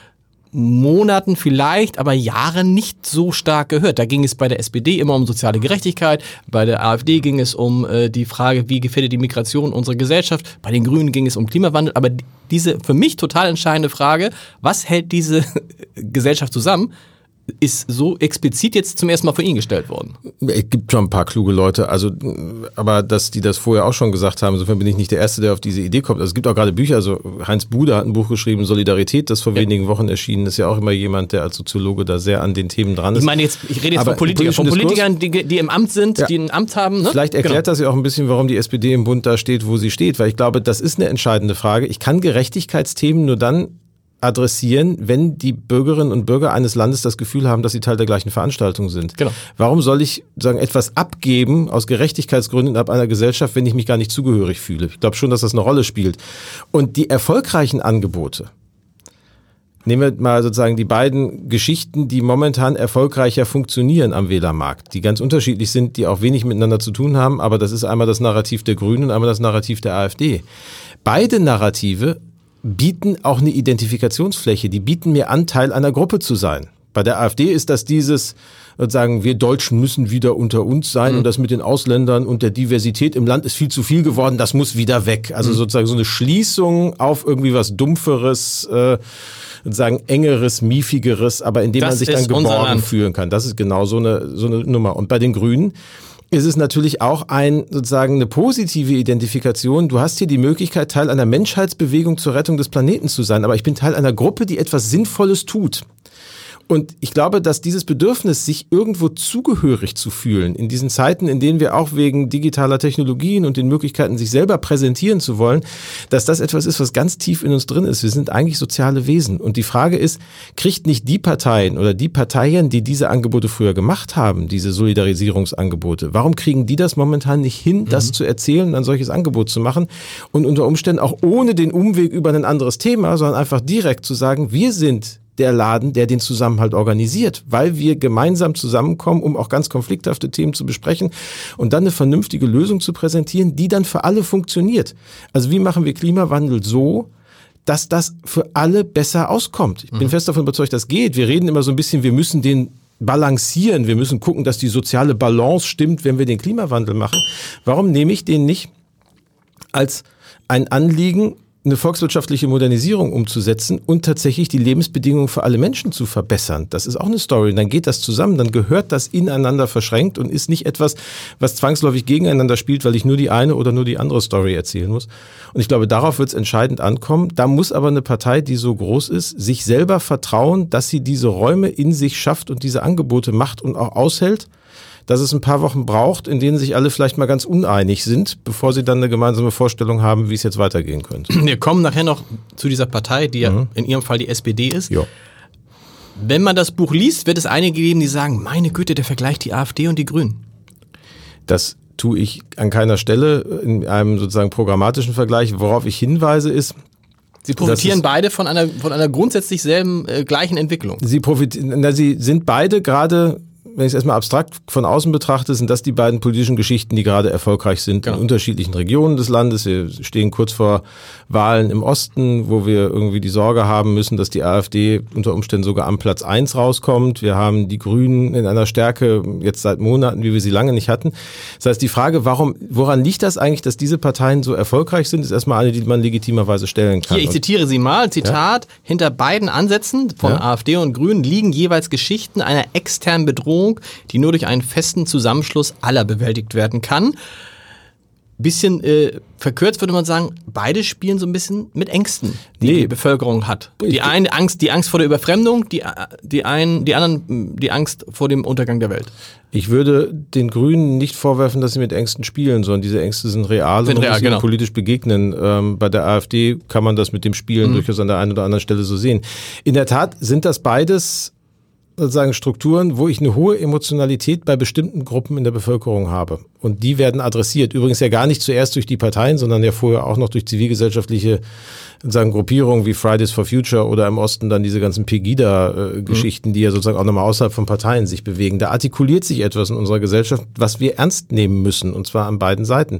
S3: Monaten vielleicht, aber Jahren nicht so stark gehört. Da ging es bei der S P D immer um soziale Gerechtigkeit, bei der AfD ging es um äh, die Frage, wie gefährdet die Migration unsere Gesellschaft, bei den Grünen ging es um Klimawandel, aber diese für mich total entscheidende Frage, was hält diese Gesellschaft zusammen, ist so explizit jetzt zum ersten Mal von Ihnen gestellt worden.
S4: Es gibt schon ein paar kluge Leute, also aber dass die das vorher auch schon gesagt haben, insofern bin ich nicht der Erste, der auf diese Idee kommt. Also es gibt auch gerade Bücher, also Heinz Bude hat ein Buch geschrieben, Solidarität, das vor ja. wenigen Wochen erschienen ist, ja auch immer jemand, der als Soziologe da sehr an den Themen dran ist.
S3: Ich meine jetzt, ich rede jetzt aber von Politikern, von Politikern, die, die im Amt sind, ja. die ein Amt haben. Ne?
S4: Vielleicht erklärt
S3: genau.
S4: das ja auch ein bisschen, warum die S P D im Bund da steht, wo sie steht, weil ich glaube, das ist eine entscheidende Frage. Ich kann Gerechtigkeitsthemen nur dann adressieren, wenn die Bürgerinnen und Bürger eines Landes das Gefühl haben, dass sie Teil der gleichen Veranstaltung sind. Genau. Warum soll ich sagen etwas abgeben aus Gerechtigkeitsgründen ab einer Gesellschaft, wenn ich mich gar nicht zugehörig fühle? Ich glaube schon, dass das eine Rolle spielt. Und die erfolgreichen Angebote, nehmen wir mal sozusagen die beiden Geschichten, die momentan erfolgreicher funktionieren am Wählermarkt, die ganz unterschiedlich sind, die auch wenig miteinander zu tun haben, aber das ist einmal das Narrativ der Grünen und einmal das Narrativ der AfD. Beide Narrative bieten auch eine Identifikationsfläche, die bieten mir an, Teil einer Gruppe zu sein. Bei der AfD ist das dieses, sozusagen, wir Deutschen müssen wieder unter uns sein mhm. und das mit den Ausländern und der Diversität im Land ist viel zu viel geworden, das muss wieder weg. Also mhm. sozusagen so eine Schließung auf irgendwie was Dumpferes, äh, sozusagen engeres, miefigeres, aber in dem das man sich dann geborgen fühlen kann. Das ist genau so eine, so eine Nummer. Und bei den Grünen ist es natürlich auch ein, sozusagen eine positive Identifikation. Du hast hier die Möglichkeit, Teil einer Menschheitsbewegung zur Rettung des Planeten zu sein, aber ich bin Teil einer Gruppe, die etwas Sinnvolles tut. Und ich glaube, dass dieses Bedürfnis, sich irgendwo zugehörig zu fühlen, in diesen Zeiten, in denen wir auch wegen digitaler Technologien und den Möglichkeiten, sich selber präsentieren zu wollen, dass das etwas ist, was ganz tief in uns drin ist. Wir sind eigentlich soziale Wesen. Und die Frage ist, kriegt nicht die Parteien oder die Parteien, die diese Angebote früher gemacht haben, diese Solidarisierungsangebote, warum kriegen die das momentan nicht hin, das mhm. zu erzählen und ein solches Angebot zu machen und unter Umständen auch ohne den Umweg über ein anderes Thema, sondern einfach direkt zu sagen, wir sind der Laden, der den Zusammenhalt organisiert, weil wir gemeinsam zusammenkommen, um auch ganz konflikthafte Themen zu besprechen und dann eine vernünftige Lösung zu präsentieren, die dann für alle funktioniert. Also wie machen wir Klimawandel so, dass das für alle besser auskommt? Ich bin mhm. fest davon überzeugt, das geht. Wir reden immer so ein bisschen, wir müssen den balancieren, wir müssen gucken, dass die soziale Balance stimmt, wenn wir den Klimawandel machen. Warum nehme ich den nicht als ein Anliegen, eine volkswirtschaftliche Modernisierung umzusetzen und tatsächlich die Lebensbedingungen für alle Menschen zu verbessern? Das ist auch eine Story. Und dann geht das zusammen, dann gehört das ineinander verschränkt und ist nicht etwas, was zwangsläufig gegeneinander spielt, weil ich nur die eine oder nur die andere Story erzählen muss. Und ich glaube, darauf wird es entscheidend ankommen. Da muss aber eine Partei, die so groß ist, sich selber vertrauen, dass sie diese Räume in sich schafft und diese Angebote macht und auch aushält, dass es ein paar Wochen braucht, in denen sich alle vielleicht mal ganz uneinig sind, bevor sie dann eine gemeinsame Vorstellung haben, wie es jetzt weitergehen könnte.
S3: Wir kommen nachher noch zu dieser Partei, die ja mhm. in Ihrem Fall die S P D ist.
S4: Ja.
S3: Wenn man das Buch liest, wird es einige geben, die sagen, meine Güte, der vergleicht die AfD und die Grünen.
S4: Das tue ich an keiner Stelle in einem sozusagen programmatischen Vergleich. Worauf ich hinweise ist,
S3: Sie profitieren beide von einer, von einer grundsätzlich selben äh, gleichen Entwicklung.
S4: Sie profitieren, na, sie sind beide gerade, wenn ich es erstmal abstrakt von außen betrachte, sind das die beiden politischen Geschichten, die gerade erfolgreich sind genau. in unterschiedlichen Regionen des Landes. Wir stehen kurz vor Wahlen im Osten, wo wir irgendwie die Sorge haben müssen, dass die AfD unter Umständen sogar am Platz eins rauskommt. Wir haben die Grünen in einer Stärke jetzt seit Monaten, wie wir sie lange nicht hatten. Das heißt, die Frage, warum, woran liegt das eigentlich, dass diese Parteien so erfolgreich sind, ist erstmal eine, die man legitimerweise stellen kann.
S3: Hier, ich zitiere Sie mal, Zitat, ja? Hinter beiden Ansätzen von ja? AfD und Grünen liegen jeweils Geschichten einer externen Bedrohung, die nur durch einen festen Zusammenschluss aller bewältigt werden kann. Bisschen äh, verkürzt würde man sagen, beide spielen so ein bisschen mit Ängsten, die nee. die Bevölkerung hat. Die eine Angst, die Angst vor der Überfremdung, die, die, einen, die anderen die Angst vor dem Untergang der Welt.
S4: Ich würde den Grünen nicht vorwerfen, dass sie mit Ängsten spielen, sondern diese Ängste sind real
S3: sind
S4: und
S3: real,
S4: müssen
S3: genau.
S4: politisch begegnen. Ähm, bei der AfD kann man das mit dem Spielen mhm. durchaus an der einen oder anderen Stelle so sehen. In der Tat sind das beides sozusagen Strukturen, wo ich eine hohe Emotionalität bei bestimmten Gruppen in der Bevölkerung habe. Und die werden adressiert. Übrigens ja gar nicht zuerst durch die Parteien, sondern ja vorher auch noch durch zivilgesellschaftliche sozusagen Gruppierungen wie Fridays for Future oder im Osten dann diese ganzen Pegida-Geschichten, mhm. die ja sozusagen auch nochmal außerhalb von Parteien sich bewegen. Da artikuliert sich etwas in unserer Gesellschaft, was wir ernst nehmen müssen, und zwar an beiden Seiten.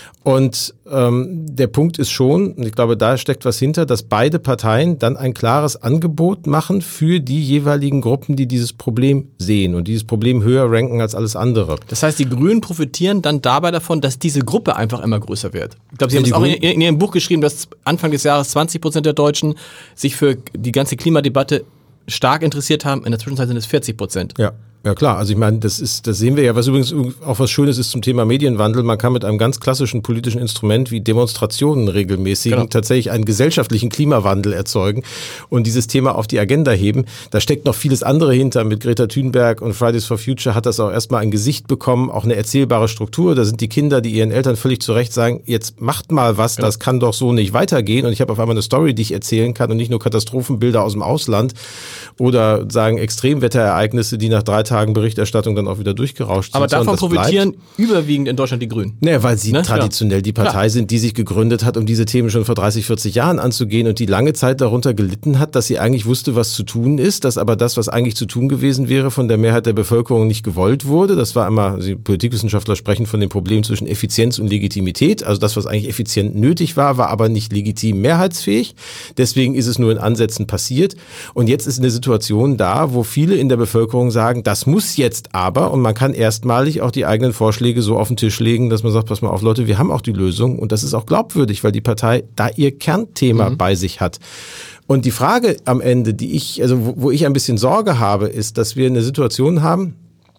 S4: Und ähm, der Punkt ist schon, und ich glaube, da steckt was hinter, dass beide Parteien dann ein klares Angebot machen für die jeweiligen Gruppen, die dieses Problem sehen und dieses Problem höher ranken als alles andere.
S3: Das heißt, die Grünen profitieren dann dabei davon, dass diese Gruppe einfach immer größer wird. Ich glaube, Sie
S4: Ja,
S3: haben
S4: die
S3: es auch in,
S4: Grünen-
S3: in Ihrem Buch geschrieben, dass Anfang des Jahres zwanzig Prozent der Deutschen sich für die ganze Klimadebatte stark interessiert haben. In der Zwischenzeit sind es vierzig Prozent.
S4: Ja. Ja klar, also ich meine, das ist, das sehen wir ja, was übrigens auch was Schönes ist zum Thema Medienwandel. Man kann mit einem ganz klassischen politischen Instrument wie Demonstrationen regelmäßig
S3: Genau.
S4: tatsächlich einen gesellschaftlichen Klimawandel erzeugen und dieses Thema auf die Agenda heben. Da steckt noch vieles andere hinter. Mit Greta Thunberg und Fridays for Future hat das auch erstmal ein Gesicht bekommen, auch eine erzählbare Struktur. Da sind die Kinder, die ihren Eltern völlig zu Recht sagen, jetzt macht mal was,
S3: Genau.
S4: das kann doch so nicht weitergehen. Und ich habe auf einmal eine Story, die ich erzählen kann und nicht nur Katastrophenbilder aus dem Ausland oder sagen Extremwetterereignisse, die nach drei Tagen Berichterstattung dann auch wieder durchgerauscht
S3: Aber
S4: sind.
S3: davon
S4: sondern das
S3: profitieren überwiegend in Deutschland die Grünen.
S4: Naja, weil sie
S3: Ne?
S4: traditionell die Partei
S3: Klar.
S4: sind, die sich gegründet hat, um diese Themen schon vor dreißig, vierzig Jahren anzugehen und die lange Zeit darunter gelitten hat, dass sie eigentlich wusste, was zu tun ist, dass aber das, was eigentlich zu tun gewesen wäre, von der Mehrheit der Bevölkerung nicht gewollt wurde. Das war immer, die Politikwissenschaftler sprechen von dem Problem zwischen Effizienz und Legitimität. Also das, was eigentlich effizient nötig war, war aber nicht legitim mehrheitsfähig. Deswegen ist es nur in Ansätzen passiert. Und jetzt ist eine Situation da, wo viele in der Bevölkerung sagen, das muss jetzt aber, und man kann erstmalig auch die eigenen Vorschläge so auf den Tisch legen, dass man sagt, pass mal auf Leute, wir haben auch die Lösung und das ist auch glaubwürdig, weil die Partei da ihr Kernthema mhm. bei sich hat. Und die Frage am Ende, die ich, also wo, wo ich ein bisschen Sorge habe, ist, dass wir eine Situation haben,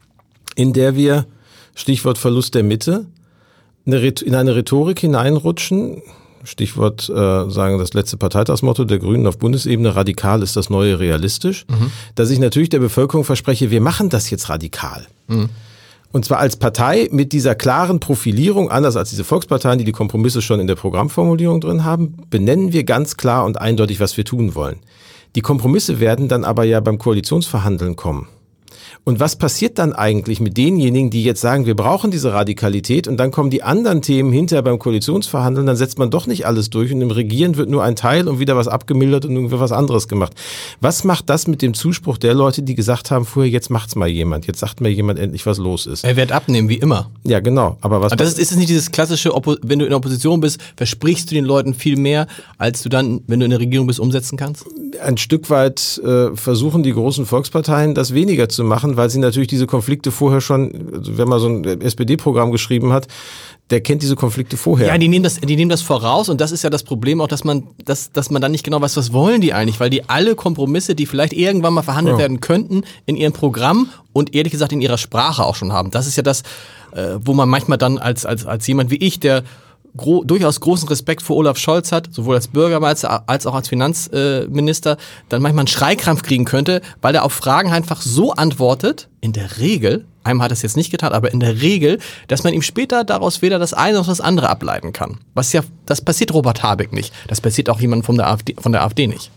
S4: in der wir, Stichwort Verlust der Mitte, eine, in eine Rhetorik hineinrutschen, Stichwort, äh, sagen das letzte Parteitagsmotto der Grünen auf Bundesebene, radikal ist das neue realistisch, mhm. dass ich natürlich der Bevölkerung verspreche, wir machen das jetzt radikal. Mhm. Und zwar als Partei mit dieser klaren Profilierung, anders als diese Volksparteien, die die Kompromisse schon in der Programmformulierung drin haben, benennen wir ganz klar und eindeutig, was wir tun wollen. Die Kompromisse werden dann aber ja beim Koalitionsverhandeln kommen. Und was passiert dann eigentlich mit denjenigen, die jetzt sagen, wir brauchen diese Radikalität und dann kommen die anderen Themen hinterher beim Koalitionsverhandeln, dann setzt man doch nicht alles durch und im Regieren wird nur ein Teil und wieder was abgemildert und irgendwie was anderes gemacht. Was macht das mit dem Zuspruch der Leute, die gesagt haben, vorher, jetzt macht's mal jemand, jetzt sagt mir jemand endlich, was los ist?
S3: Er wird abnehmen, wie immer.
S4: Ja, genau. Aber was?
S3: Aber das ist, ist es nicht dieses klassische, Oppo- wenn du in der Opposition bist, versprichst du den Leuten viel mehr, als du dann, wenn du in der Regierung bist, umsetzen kannst?
S4: Ein Stück weit äh, versuchen die großen Volksparteien, das weniger zu machen, weil sie natürlich diese Konflikte vorher schon, also wenn man so ein S P D-Programm geschrieben hat, der kennt diese Konflikte vorher.
S3: Ja, die nehmen das, die nehmen das voraus und das ist ja das Problem auch, dass man, dass, dass man dann nicht genau weiß, was wollen die eigentlich, weil die alle Kompromisse, die vielleicht irgendwann mal verhandelt
S4: Ja.
S3: werden könnten, in ihrem Programm und ehrlich gesagt in ihrer Sprache auch schon haben. Das ist ja das, äh, wo man manchmal dann als, als, als jemand wie ich, der Gro- durchaus großen Respekt vor Olaf Scholz hat, sowohl als Bürgermeister als auch als Finanzminister, dann manchmal einen Schreikrampf kriegen könnte, weil er auf Fragen einfach so antwortet, in der Regel, einmal hat er es jetzt nicht getan, aber in der Regel, dass man ihm später daraus weder das eine noch das andere ableiten kann. Was ja, das passiert Robert Habeck nicht. Das passiert auch jemandem von der AfD, von der AfD nicht.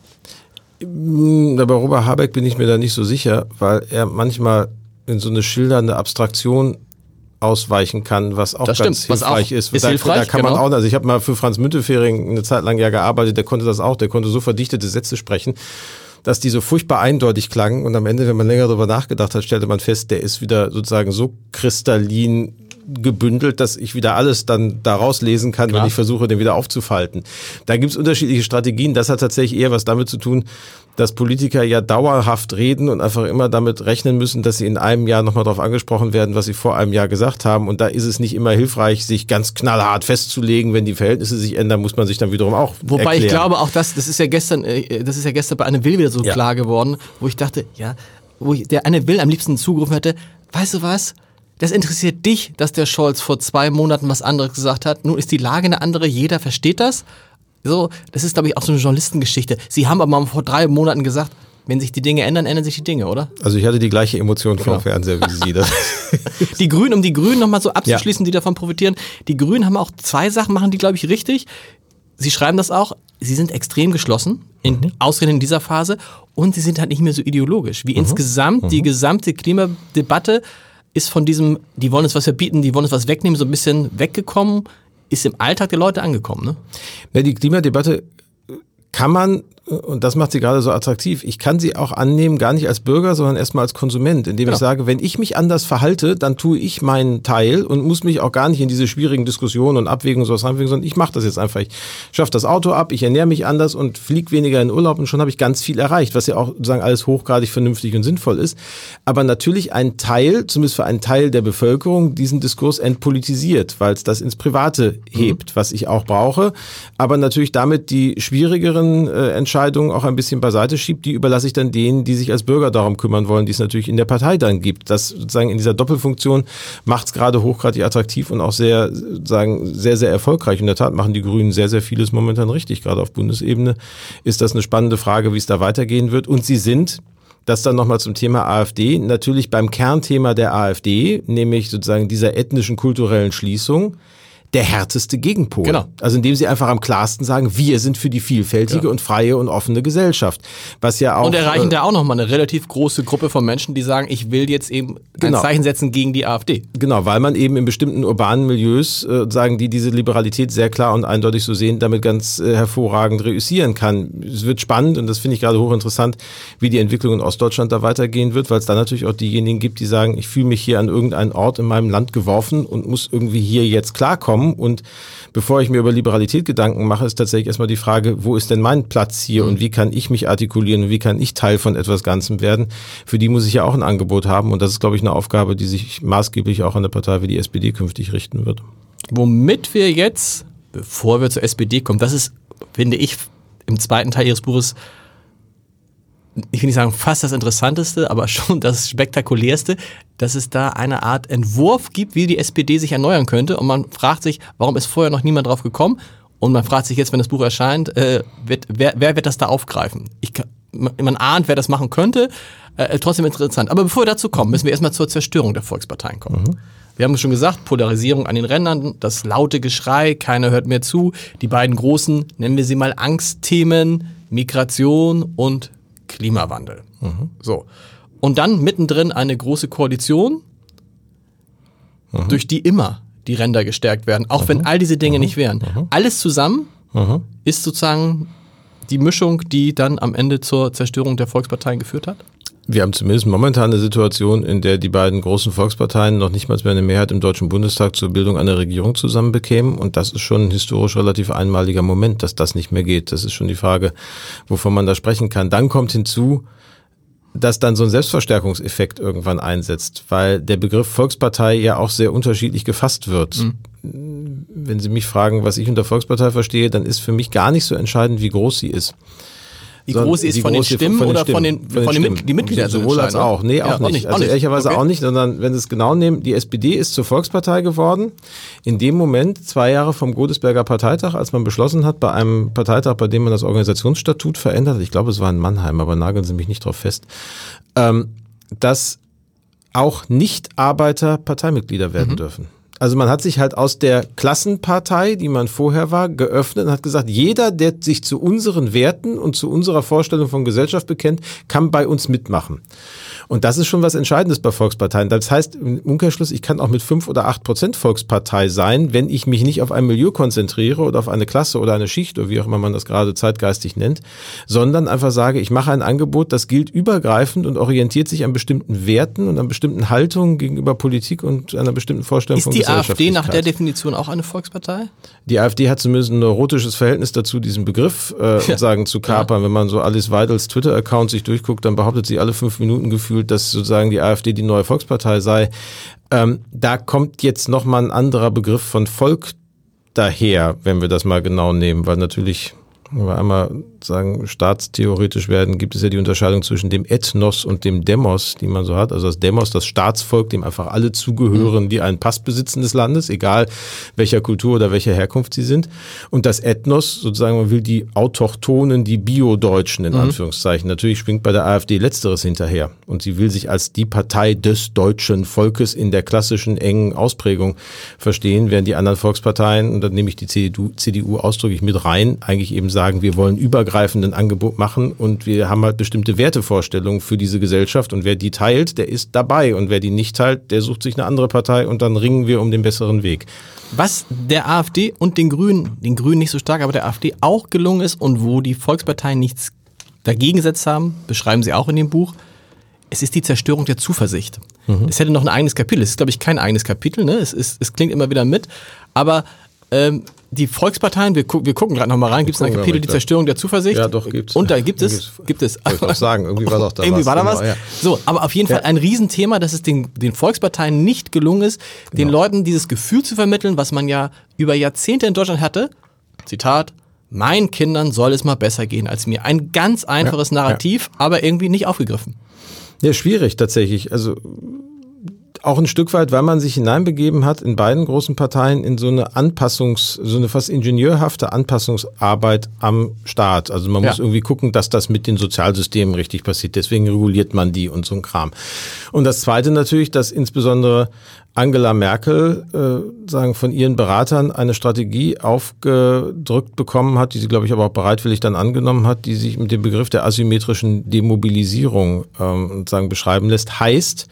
S4: Aber Robert Habeck bin ich mir da nicht so sicher, weil er manchmal in so eine schildernde Abstraktion ausweichen kann, was auch
S3: Das
S4: ganz
S3: stimmt, was
S4: hilfreich
S3: auch
S4: ist.
S3: ist
S4: da,
S3: hilfreich,
S4: da kann man
S3: genau.
S4: auch, also ich habe mal für Franz Müntefering eine Zeit lang ja gearbeitet, der konnte das auch, der konnte so verdichtete Sätze sprechen, dass die so furchtbar eindeutig klangen und am Ende, wenn man länger darüber nachgedacht hat, stellte man fest, der ist wieder sozusagen so kristallin gebündelt, dass ich wieder alles dann daraus lesen kann,
S3: Klar.
S4: wenn ich versuche, den wieder aufzufalten. Da gibt es unterschiedliche Strategien. Das hat tatsächlich eher was damit zu tun, dass Politiker ja dauerhaft reden und einfach immer damit rechnen müssen, dass sie in einem Jahr nochmal darauf angesprochen werden, was sie vor einem Jahr gesagt haben. Und da ist es nicht immer hilfreich, sich ganz knallhart festzulegen. Wenn die Verhältnisse sich ändern, muss man sich dann wiederum auch
S3: Wobei
S4: erklären.
S3: ich glaube auch, das, das ist ja gestern, äh, das ist ja gestern bei Anne Will wieder so
S4: Ja.
S3: klar geworden, wo ich dachte, ja, wo ich, der Anne Will am liebsten zugerufen hätte, weißt du was? Das interessiert dich, dass der Scholz vor zwei Monaten was anderes gesagt hat. Nun ist die Lage eine andere, jeder versteht das. So, das ist, glaube ich, auch so eine Journalistengeschichte. Sie haben aber mal vor drei Monaten gesagt, wenn sich die Dinge ändern, ändern sich die Dinge, oder?
S4: Also ich hatte die gleiche Emotion vor
S3: Genau.
S4: dem Fernseher wie Sie. Das
S3: Die Grünen, um die Grünen nochmal so abzuschließen, die davon profitieren. Die Grünen haben auch zwei Sachen, machen die, glaube ich, richtig. Sie schreiben das auch, Sie sind extrem geschlossen, in, mhm. ausgerechnet in dieser Phase, und Sie sind halt nicht mehr so ideologisch. Wie mhm. insgesamt mhm. die gesamte Klimadebatte ist von diesem, die wollen uns was verbieten, die wollen uns was wegnehmen, so ein bisschen weggekommen, ist im Alltag der Leute angekommen. Ne?
S4: Ja, die Klimadebatte kann man, und das macht sie gerade so attraktiv, ich kann sie auch annehmen, gar nicht als Bürger, sondern erstmal als Konsument, indem genau. ich sage, wenn ich mich anders verhalte, dann tue ich meinen Teil und muss mich auch gar nicht in diese schwierigen Diskussionen und Abwägungen und sowas reinbringen, sondern ich mache das jetzt einfach. Ich schaffe das Auto ab, ich ernähre mich anders und fliege weniger in Urlaub und schon habe ich ganz viel erreicht, was ja auch sozusagen alles hochgradig vernünftig und sinnvoll ist. Aber natürlich ein Teil, zumindest für einen Teil der Bevölkerung, diesen Diskurs entpolitisiert, weil es das ins Private hebt, mhm. was ich auch brauche, aber natürlich damit die schwierigeren äh, Entscheidungen auch ein bisschen beiseite schiebt, die überlasse ich dann denen, die sich als Bürger darum kümmern wollen, die es natürlich in der Partei dann gibt. Das sozusagen in dieser Doppelfunktion macht es gerade hochgradig attraktiv und auch sehr, sagen, sehr, sehr erfolgreich. In der Tat machen die Grünen sehr, sehr vieles momentan richtig. Gerade auf Bundesebene ist das eine spannende Frage, wie es da weitergehen wird. Und sie sind, das dann nochmal zum Thema AfD, natürlich beim Kernthema der AfD, nämlich sozusagen dieser ethnischen, kulturellen Schließung, der härteste Gegenpol.
S3: Genau.
S4: Also indem sie einfach am klarsten sagen, wir sind für die vielfältige ja. und freie und offene Gesellschaft. Was ja auch,
S3: und erreichen
S4: äh,
S3: da auch nochmal eine relativ große Gruppe von Menschen, die sagen, ich will jetzt eben
S4: genau.
S3: ein Zeichen setzen gegen die AfD.
S4: Genau, weil man eben in bestimmten urbanen Milieus, äh, sagen die, diese Liberalität sehr klar und eindeutig so sehen, damit ganz äh, hervorragend reüssieren kann. Es wird spannend und das finde ich gerade hochinteressant, wie die Entwicklung in Ostdeutschland da weitergehen wird, weil es da natürlich auch diejenigen gibt, die sagen, ich fühle mich hier an irgendeinen Ort in meinem Land geworfen und muss irgendwie hier jetzt klarkommen. Und bevor ich mir über Liberalität Gedanken mache, ist tatsächlich erstmal die Frage, wo ist denn mein Platz hier und wie kann ich mich artikulieren und wie kann ich Teil von etwas Ganzem werden? Für die muss ich ja auch ein Angebot haben und das ist, glaube ich, eine Aufgabe, die sich maßgeblich auch an eine Partei wie die S P D künftig richten wird.
S3: Womit wir jetzt, bevor wir zur S P D kommen, das ist, finde ich, im zweiten Teil Ihres Buches, ich will nicht sagen fast das Interessanteste, aber schon das Spektakulärste, dass es da eine Art Entwurf gibt, wie die S P D sich erneuern könnte. Und man fragt sich, warum ist vorher noch niemand drauf gekommen? Und man fragt sich jetzt, wenn das Buch erscheint, äh, wird, wer, wer wird das da aufgreifen? Ich, man ahnt, wer das machen könnte, äh, trotzdem interessant. Aber bevor wir dazu kommen, müssen wir erstmal zur Zerstörung der Volksparteien kommen. Mhm. Wir haben schon gesagt, Polarisierung an den Rändern, das laute Geschrei, keiner hört mehr zu. Die beiden großen, nennen wir sie mal Angstthemen, Migration und Klimawandel. Mhm. So. Und dann mittendrin eine große Koalition, mhm. durch die immer die Ränder gestärkt werden, auch mhm. wenn all diese Dinge mhm. nicht wären. Mhm. Alles zusammen mhm. ist sozusagen die Mischung, die dann am Ende zur Zerstörung der Volksparteien geführt hat?
S4: Wir haben zumindest momentan eine Situation, in der die beiden großen Volksparteien noch nicht mal mehr eine Mehrheit im Deutschen Bundestag zur Bildung einer Regierung zusammenbekämen. Und das ist schon ein historisch relativ einmaliger Moment, dass das nicht mehr geht. Das ist schon die Frage, wovon man da sprechen kann. Dann kommt hinzu, dass dann so ein Selbstverstärkungseffekt irgendwann einsetzt, weil der Begriff Volkspartei ja auch sehr unterschiedlich gefasst wird. Mhm. Wenn Sie mich fragen, was ich unter Volkspartei verstehe, dann ist für mich gar nicht so entscheidend, wie groß sie ist.
S3: Wie groß sie ist von den Stimmen
S4: von den
S3: oder
S4: Stimmen,
S3: von den,
S4: von den,
S3: von den
S4: Stimmen.
S3: Mit, die Mitglieder?
S4: Sowohl als auch. Nee, auch, ja, nicht. auch nicht. Also nicht. Ehrlicherweise okay. auch nicht, sondern wenn Sie es genau nehmen, die S P D ist zur Volkspartei geworden. In dem Moment, zwei Jahre vom Godesberger Parteitag, als man beschlossen hat, bei einem Parteitag, bei dem man das Organisationsstatut verändert hat, ich glaube, es war in Mannheim, aber nageln Sie mich nicht drauf fest, ähm, dass auch Nicht-Arbeiter Parteimitglieder werden mhm. dürfen. Also man hat sich halt aus der Klassenpartei, die man vorher war, geöffnet und hat gesagt, jeder, der sich zu unseren Werten und zu unserer Vorstellung von Gesellschaft bekennt, kann bei uns mitmachen. Und das ist schon was Entscheidendes bei Volksparteien. Das heißt im Umkehrschluss, ich kann auch mit fünf oder acht Prozent Volkspartei sein, wenn ich mich nicht auf ein Milieu konzentriere oder auf eine Klasse oder eine Schicht oder wie auch immer man das gerade zeitgeistig nennt, sondern einfach sage, ich mache ein Angebot, das gilt übergreifend und orientiert sich an bestimmten Werten und an bestimmten Haltungen gegenüber Politik und einer bestimmten Vorstellung von Gesellschaft.
S3: Ist die AfD nach der Definition auch eine Volkspartei?
S4: Die AfD hat zumindest ein neurotisches Verhältnis dazu, diesen Begriff äh, ja. sagen zu kapern. Ja. Wenn man so Alice Weidels Twitter-Account sich durchguckt, dann behauptet sie alle fünf Minuten gefühlt, dass sozusagen die AfD die neue Volkspartei sei. Ähm, da kommt jetzt nochmal ein anderer Begriff von Volk daher, wenn wir das mal genau nehmen, weil natürlich, wenn wir einmal sagen, staatstheoretisch werden, gibt es ja die Unterscheidung zwischen dem Ethnos und dem Demos, die man so hat. Also das Demos, das Staatsvolk, dem einfach alle zugehören, die einen Pass besitzen des Landes, egal welcher Kultur oder welcher Herkunft sie sind. Und das Ethnos, sozusagen, man will die Autochtonen, die Bio-Deutschen in mhm. Anführungszeichen. Natürlich schwingt bei der AfD Letzteres hinterher. Und sie will sich als die Partei des deutschen Volkes in der klassischen engen Ausprägung verstehen, während die anderen Volksparteien, und dann nehme ich die C D U, C D U ausdrücklich mit rein, eigentlich eben sagen, wir wollen übergreifenden Angebot machen und wir haben halt bestimmte Wertevorstellungen für diese Gesellschaft und wer die teilt, der ist dabei und wer die nicht teilt, der sucht sich eine andere Partei und dann ringen wir um den besseren Weg.
S3: Was der AfD und den Grünen, den Grünen nicht so stark, aber der AfD auch gelungen ist und wo die Volksparteien nichts dagegen gesetzt haben, beschreiben sie auch in dem Buch, es ist die Zerstörung der Zuversicht. Mhm. Es hätte noch ein eigenes Kapitel, es ist glaube ich kein eigenes Kapitel, ne? es, ist, es klingt immer wieder mit, aber ähm, die Volksparteien, wir, gu- wir gucken gerade nochmal rein, gibt es ein Kapitel, die Zerstörung der Zuversicht?
S4: Ja, doch, gibt's.
S3: Und da gibt es, gibt es.
S4: Soll ich doch sagen, irgendwie war doch da
S3: irgendwie
S4: was.
S3: war da
S4: genau,
S3: was.
S4: Ja.
S3: So, aber auf jeden Fall
S4: ja.
S3: ein Riesenthema, dass es den, den Volksparteien nicht gelungen ist, genau. den Leuten dieses Gefühl zu vermitteln, was man ja über Jahrzehnte in Deutschland hatte. Zitat, meinen Kindern soll es mal besser gehen als mir. Ein ganz einfaches ja. Narrativ, ja. aber irgendwie nicht aufgegriffen.
S4: Ja, schwierig tatsächlich. Also auch ein Stück weit, weil man sich hineinbegeben hat in beiden großen Parteien in so eine Anpassungs-, so eine fast ingenieurhafte Anpassungsarbeit am Staat. Also man ja. muss irgendwie gucken, dass das mit den Sozialsystemen richtig passiert. Deswegen reguliert man die und so ein Kram. Und das Zweite natürlich, dass insbesondere Angela Merkel äh, sagen von ihren Beratern eine Strategie aufgedrückt bekommen hat, die sie, glaube ich, aber auch bereitwillig dann angenommen hat, die sich mit dem Begriff der asymmetrischen Demobilisierung ähm, sagen beschreiben lässt. Heißt,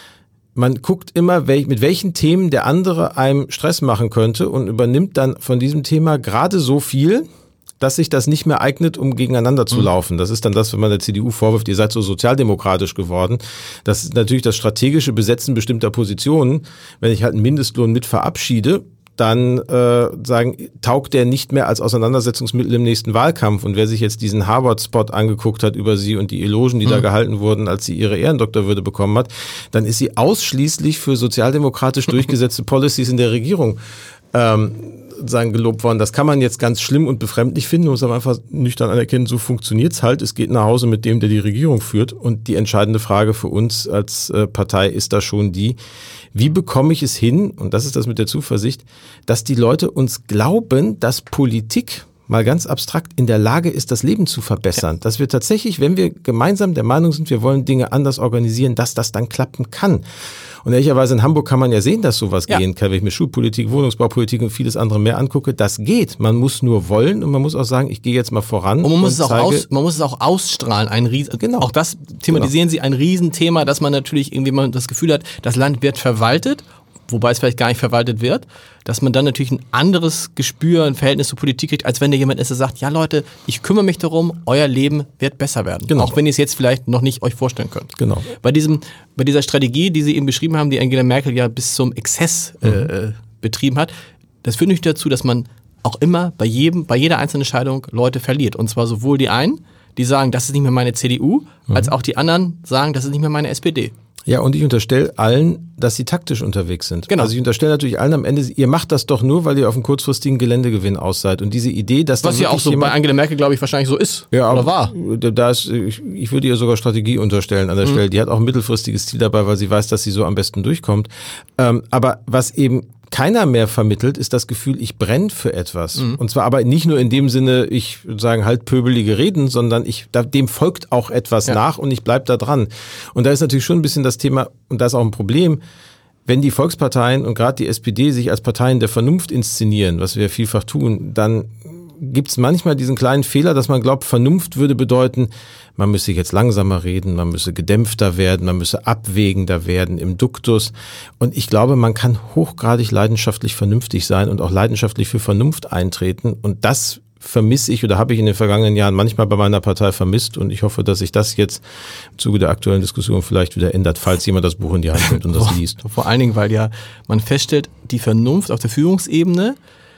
S4: man guckt immer, welch, mit welchen Themen der andere einem Stress machen könnte und übernimmt dann von diesem Thema gerade so viel, dass sich das nicht mehr eignet, um gegeneinander zu laufen. Das ist dann das, wenn man der C D U vorwirft, ihr seid so sozialdemokratisch geworden. Das ist natürlich das strategische Besetzen bestimmter Positionen. Wenn ich halt einen Mindestlohn mit verabschiede, dann äh, sagen, taugt der nicht mehr als Auseinandersetzungsmittel im nächsten Wahlkampf. Und wer sich jetzt diesen Harvard-Spot angeguckt hat über sie und die Elogen, die mhm. da gehalten wurden, als sie ihre Ehrendoktorwürde bekommen hat, dann ist sie ausschließlich für sozialdemokratisch durchgesetzte Policies in der Regierung ähm, sagen gelobt worden. Das kann man jetzt ganz schlimm und befremdlich finden, muss aber einfach nüchtern anerkennen, so funktioniert's halt. Es geht nach Hause mit dem, der die Regierung führt. Und die entscheidende Frage für uns als äh, Partei ist da schon die, wie bekomme ich es hin, und das ist das mit der Zuversicht, dass die Leute uns glauben, dass Politik mal ganz abstrakt in der Lage ist, das Leben zu verbessern. Ja. Dass wir tatsächlich, wenn wir gemeinsam der Meinung sind, wir wollen Dinge anders organisieren, dass das dann klappen kann. Und ehrlicherweise in Hamburg kann man ja sehen, dass sowas ja. gehen kann. Wenn ich mir Schulpolitik, Wohnungsbaupolitik und vieles andere mehr angucke, das geht. Man muss nur wollen und man muss auch sagen, ich gehe jetzt mal voran.
S3: Und man muss,
S4: und
S3: es, auch aus, man muss es auch ausstrahlen. Ein Riesen, genau. Auch das thematisieren genau. Sie, ein Riesenthema, dass man natürlich irgendwie mal das Gefühl hat, das Land wird verwaltet, wobei es vielleicht gar nicht verwaltet wird, dass man dann natürlich ein anderes Gespür, ein Verhältnis zur Politik kriegt, als wenn da jemand ist, der sagt, ja Leute, ich kümmere mich darum, euer Leben wird besser werden. Genau. Auch wenn ihr es jetzt vielleicht noch nicht euch vorstellen könnt.
S4: Genau.
S3: Bei diesem, bei dieser Strategie, die Sie eben beschrieben haben, die Angela Merkel ja bis zum Exzess mhm. äh, betrieben hat, das führt natürlich dazu, dass man auch immer bei jedem, bei jeder einzelnen Entscheidung Leute verliert. Und zwar sowohl die einen, die sagen, das ist nicht mehr meine C D U, mhm. als auch die anderen sagen, das ist nicht mehr meine S P D.
S4: Ja, und ich unterstelle allen, dass sie taktisch unterwegs sind.
S3: Genau.
S4: Also ich unterstelle natürlich allen am Ende, ihr macht das doch nur, weil ihr auf einen kurzfristigen Geländegewinn aus seid. Und diese Idee, dass
S3: was ja auch so bei Angela Merkel, glaube ich, wahrscheinlich so ist.
S4: Ja,
S3: oder war.
S4: Da ist, ich, ich würde ihr sogar Strategie unterstellen an der mhm. Stelle. Die hat auch ein mittelfristiges Ziel dabei, weil sie weiß, dass sie so am besten durchkommt. Ähm, aber was eben keiner mehr vermittelt, ist das Gefühl, ich brenne für etwas. Mhm. Und zwar aber nicht nur in dem Sinne, ich würde sagen, halt pöbelige Reden, sondern ich, da, dem folgt auch etwas ja. nach und ich bleib da dran. Und da ist natürlich schon ein bisschen das Thema, und da ist auch ein Problem, wenn die Volksparteien und gerade die S P D sich als Parteien der Vernunft inszenieren, was wir vielfach tun, dann gibt es manchmal diesen kleinen Fehler, dass man glaubt, Vernunft würde bedeuten, man müsse jetzt langsamer reden, man müsse gedämpfter werden, man müsse abwägender werden im Duktus. Und ich glaube, man kann hochgradig leidenschaftlich vernünftig sein und auch leidenschaftlich für Vernunft eintreten. Und das vermisse ich oder habe ich in den vergangenen Jahren manchmal bei meiner Partei vermisst. Und ich hoffe, dass sich das jetzt im Zuge der aktuellen Diskussion vielleicht wieder ändert, falls jemand das Buch in die Hand nimmt und das liest.
S3: Vor allen Dingen, weil ja man feststellt, die Vernunft auf der Führungsebene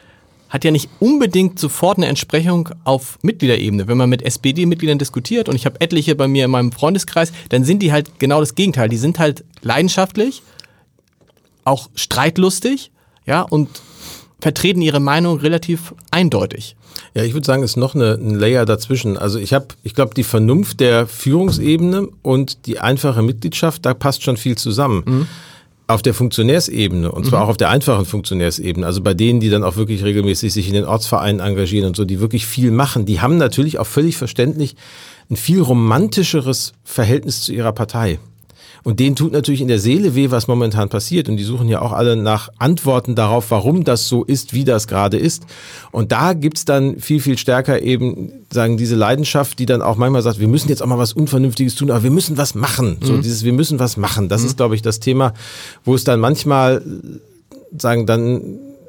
S3: hat ja nicht unbedingt sofort eine Entsprechung auf Mitgliederebene. Wenn man mit S P D-Mitgliedern diskutiert, und ich habe etliche bei mir in meinem Freundeskreis, dann sind die halt genau das Gegenteil. Die sind halt leidenschaftlich, auch streitlustig, ja, und vertreten ihre Meinung relativ eindeutig.
S4: Ja, ich würde sagen, es ist noch eine, ein Layer dazwischen. Also ich habe, ich glaube, die Vernunft der Führungsebene und die einfache Mitgliedschaft, da passt schon viel zusammen. Mhm. Auf der Funktionärsebene, und zwar mhm. auch auf der einfachen Funktionärsebene, also bei denen, die dann auch wirklich regelmäßig sich in den Ortsvereinen engagieren und so, die wirklich viel machen, die haben natürlich auch völlig verständlich ein viel romantischeres Verhältnis zu ihrer Partei. Und denen tut natürlich in der Seele weh, was momentan passiert. Und die suchen ja auch alle nach Antworten darauf, warum das so ist, wie das gerade ist. Und da gibt's dann viel, viel stärker eben, sagen, diese Leidenschaft, die dann auch manchmal sagt, wir müssen jetzt auch mal was Unvernünftiges tun, aber wir müssen was machen. Mhm. So dieses, wir müssen was machen. Das mhm. ist, glaube ich, das Thema, wo es dann manchmal, sagen, dann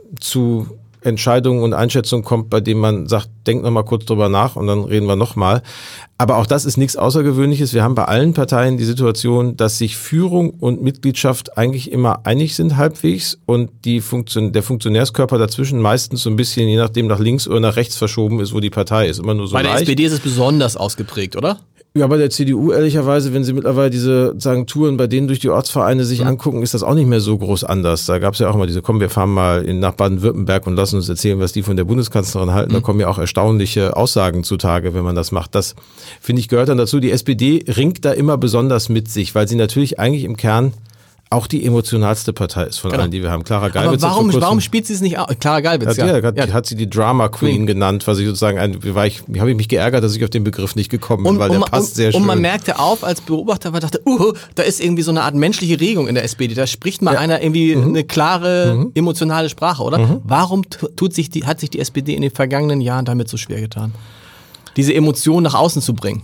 S4: zu Entscheidungen und Einschätzungen kommt, bei denen man sagt, denk noch mal kurz drüber nach und dann reden wir noch mal. Aber auch das ist nichts Außergewöhnliches. Wir haben bei allen Parteien die Situation, dass sich Führung und Mitgliedschaft eigentlich immer einig sind halbwegs und die Funktion, der Funktionärskörper dazwischen meistens so ein bisschen, je nachdem, nach links oder nach rechts verschoben ist, wo die Partei ist. Immer nur so
S3: bei der
S4: leicht.
S3: S P D ist es besonders ausgeprägt, oder?
S4: Ja, bei der C D U ehrlicherweise, wenn Sie mittlerweile diese sagen Touren bei denen durch die Ortsvereine sich mhm. angucken, ist das auch nicht mehr so groß anders. Da gab es ja auch mal diese, komm, wir fahren mal in, nach Baden-Württemberg und lassen uns erzählen, was die von der Bundeskanzlerin halten. Mhm. Da kommen ja auch erstaunliche Aussagen zutage, wenn man das macht. Das, finde ich, gehört dann dazu. Die S P D ringt da immer besonders mit sich, weil sie natürlich eigentlich im Kern auch die emotionalste Partei ist von genau. allen, die wir haben. Clara Geiwitz.
S3: Aber warum, warum spielt sie es nicht aus? Clara Geiwitz,
S4: ja.
S3: ja.
S4: Hat, ja. hat sie die Drama Queen mhm. genannt, was ich sozusagen, ein, war ich, habe ich mich geärgert, dass ich auf den Begriff nicht gekommen bin, und, weil der und, passt sehr schön.
S3: Und man merkte auf als Beobachter, man dachte, uh, da ist irgendwie so eine Art menschliche Regung in der S P D. Da spricht mal ja. einer irgendwie mhm. eine klare, mhm. emotionale Sprache, oder? Mhm. Warum tut sich die, hat sich die S P D in den vergangenen Jahren damit so schwer getan, diese Emotionen nach außen zu bringen?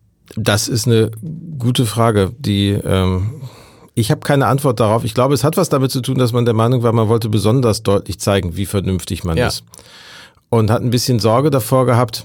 S4: Das ist eine gute Frage, die... Ähm, Ich habe keine Antwort darauf. Ich glaube, es hat was damit zu tun, dass man der Meinung war, man wollte besonders deutlich zeigen, wie vernünftig man ja. ist. Und hat ein bisschen Sorge davor gehabt,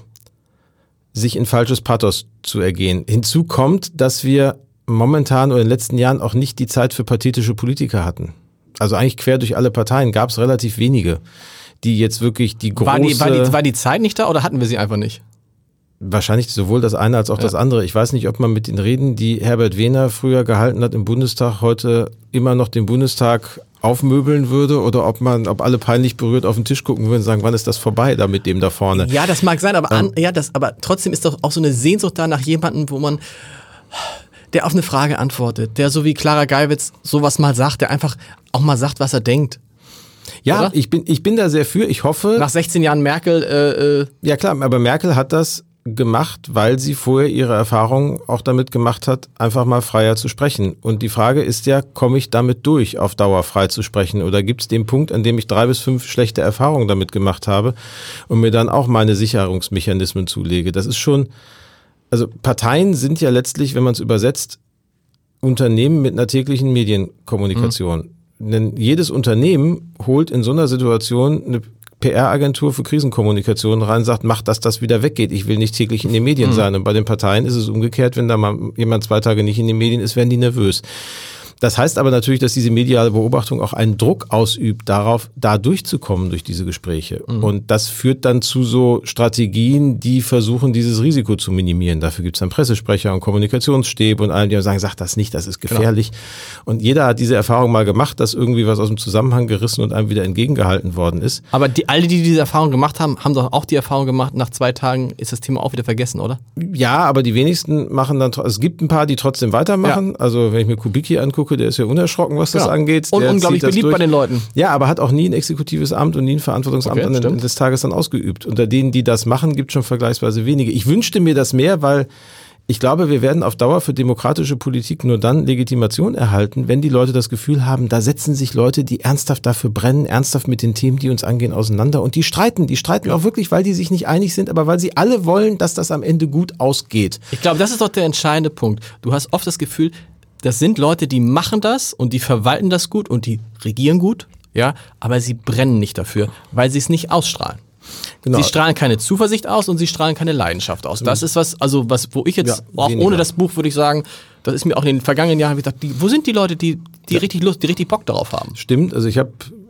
S4: sich in falsches Pathos zu ergehen. Hinzu kommt, dass wir momentan oder in den letzten Jahren auch nicht die Zeit für pathetische Politiker hatten. Also eigentlich quer durch alle Parteien gab es relativ wenige, die jetzt wirklich die große...
S3: War die, war, die, war die Zeit nicht da oder hatten wir sie einfach nicht?
S4: Wahrscheinlich sowohl das eine als auch ja. das andere. Ich weiß nicht, ob man mit den Reden, die Herbert Wehner früher gehalten hat im Bundestag, heute immer noch den Bundestag aufmöbeln würde oder ob man, ob alle peinlich berührt auf den Tisch gucken würden und sagen, wann ist das vorbei da mit dem da vorne?
S3: Ja, das mag sein, aber an, ja, das, aber trotzdem ist doch auch so eine Sehnsucht da nach jemandem, wo man, der auf eine Frage antwortet, der so wie Clara Geiwitz sowas mal sagt, der einfach auch mal sagt, was er denkt.
S4: Ja,
S3: oder?
S4: ich bin, ich bin da sehr für. Ich hoffe.
S3: Nach sechzehn Jahren Merkel. Äh, äh
S4: ja klar, aber Merkel hat das gemacht, weil sie vorher ihre Erfahrungen auch damit gemacht hat, einfach mal freier zu sprechen. Und die Frage ist ja, komme ich damit durch, auf Dauer frei zu sprechen? Oder gibt es den Punkt, an dem ich drei bis fünf schlechte Erfahrungen damit gemacht habe und mir dann auch meine Sicherungsmechanismen zulege? Das ist schon, also Parteien sind ja letztlich, wenn man es übersetzt, Unternehmen mit einer täglichen Medienkommunikation. Mhm. Denn jedes Unternehmen holt in so einer Situation eine P R-Agentur für Krisenkommunikation rein, sagt, mach, dass das wieder weggeht. Ich will nicht täglich in den Medien mhm. sein. Und bei den Parteien ist es umgekehrt, wenn da mal jemand zwei Tage nicht in den Medien ist, werden die nervös. Das heißt aber natürlich, dass diese mediale Beobachtung auch einen Druck ausübt, darauf, da durchzukommen durch diese Gespräche. Mhm. Und das führt dann zu so Strategien, die versuchen, dieses Risiko zu minimieren. Dafür gibt es dann Pressesprecher und Kommunikationsstäbe und alle, die sagen, sag das nicht, das ist gefährlich. Genau. Und jeder hat diese Erfahrung mal gemacht, dass irgendwie was aus dem Zusammenhang gerissen und einem wieder entgegengehalten worden ist.
S3: Aber die, alle, die diese Erfahrung gemacht haben, haben doch auch die Erfahrung gemacht, nach zwei Tagen ist das Thema auch wieder vergessen, oder?
S4: Ja, aber die wenigsten machen dann, es gibt ein paar, die trotzdem weitermachen. Ja. Also wenn ich mir Kubicki angucke, der ist ja unerschrocken, was das genau. angeht.
S3: Und
S4: der
S3: unglaublich beliebt durch. Bei den Leuten.
S4: Ja, aber hat auch nie ein exekutives Amt und nie ein Verantwortungsamt okay, an den, des Tages dann ausgeübt. Unter denen, die das machen, gibt es schon vergleichsweise wenige. Ich wünschte mir das mehr, weil ich glaube, wir werden auf Dauer für demokratische Politik nur dann Legitimation erhalten, wenn die Leute das Gefühl haben, da setzen sich Leute, die ernsthaft dafür brennen, ernsthaft mit den Themen, die uns angehen, auseinander. Und die streiten. Die streiten ja. auch wirklich, weil die sich nicht einig sind, aber weil sie alle wollen, dass das am Ende gut ausgeht.
S3: Ich glaube, das ist doch der entscheidende Punkt. Du hast oft das Gefühl, das sind Leute, die machen das und die verwalten das gut und die regieren gut, ja, aber sie brennen nicht dafür, weil sie es nicht ausstrahlen. Genau. Sie strahlen keine Zuversicht aus und sie strahlen keine Leidenschaft aus. Das ist was, also was, wo ich jetzt, ja, auch weniger. Ohne das Buch würde ich sagen, das ist mir auch in den vergangenen Jahren gedacht, die, wo sind die Leute, die, die ja. richtig Lust, die richtig Bock darauf haben?
S4: Stimmt, also ich habe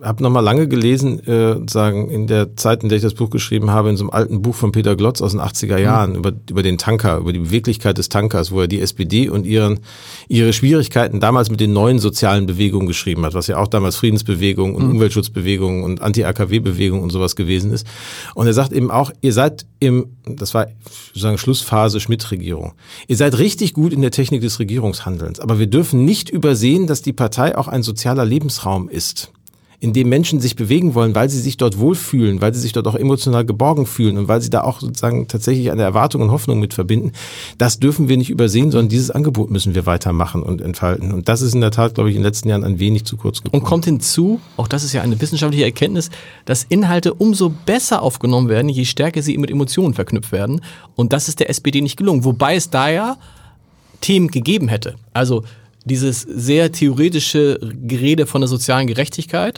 S4: habe nochmal lange gelesen, äh, sagen in der Zeit, in der ich das Buch geschrieben habe, in so einem alten Buch von Peter Glotz aus den achtziger Jahren mhm. über, über den Tanker, über die Beweglichkeit des Tankers, wo er die S P D und ihren, ihre Schwierigkeiten damals mit den neuen sozialen Bewegungen geschrieben hat, was ja auch damals Friedensbewegung und mhm. Umweltschutzbewegung und Anti-A K W-Bewegung und sowas gewesen ist. Und er sagt eben auch, ihr seid im, das war sozusagen Schlussphase Schmidt-Regierung, ihr seid richtig gut in der Technik des Regierungshandelns, aber wir dürfen nicht übersehen, dass die Partei auch ein sozialer Lebensraum ist, in dem Menschen sich bewegen wollen, weil sie sich dort wohlfühlen, weil sie sich dort auch emotional geborgen fühlen und weil sie da auch sozusagen tatsächlich eine Erwartung und Hoffnung mit verbinden. Das dürfen wir nicht übersehen, sondern dieses Angebot müssen wir weitermachen und entfalten. Und das ist in der Tat, glaube ich, in den letzten Jahren ein wenig zu kurz gekommen.
S3: Und kommt hinzu, auch das ist ja eine wissenschaftliche Erkenntnis, dass Inhalte umso besser aufgenommen werden, je stärker sie mit Emotionen verknüpft werden. Und das ist der S P D nicht gelungen. Wobei es da ja Themen gegeben hätte. Also dieses sehr theoretische Gerede von der sozialen Gerechtigkeit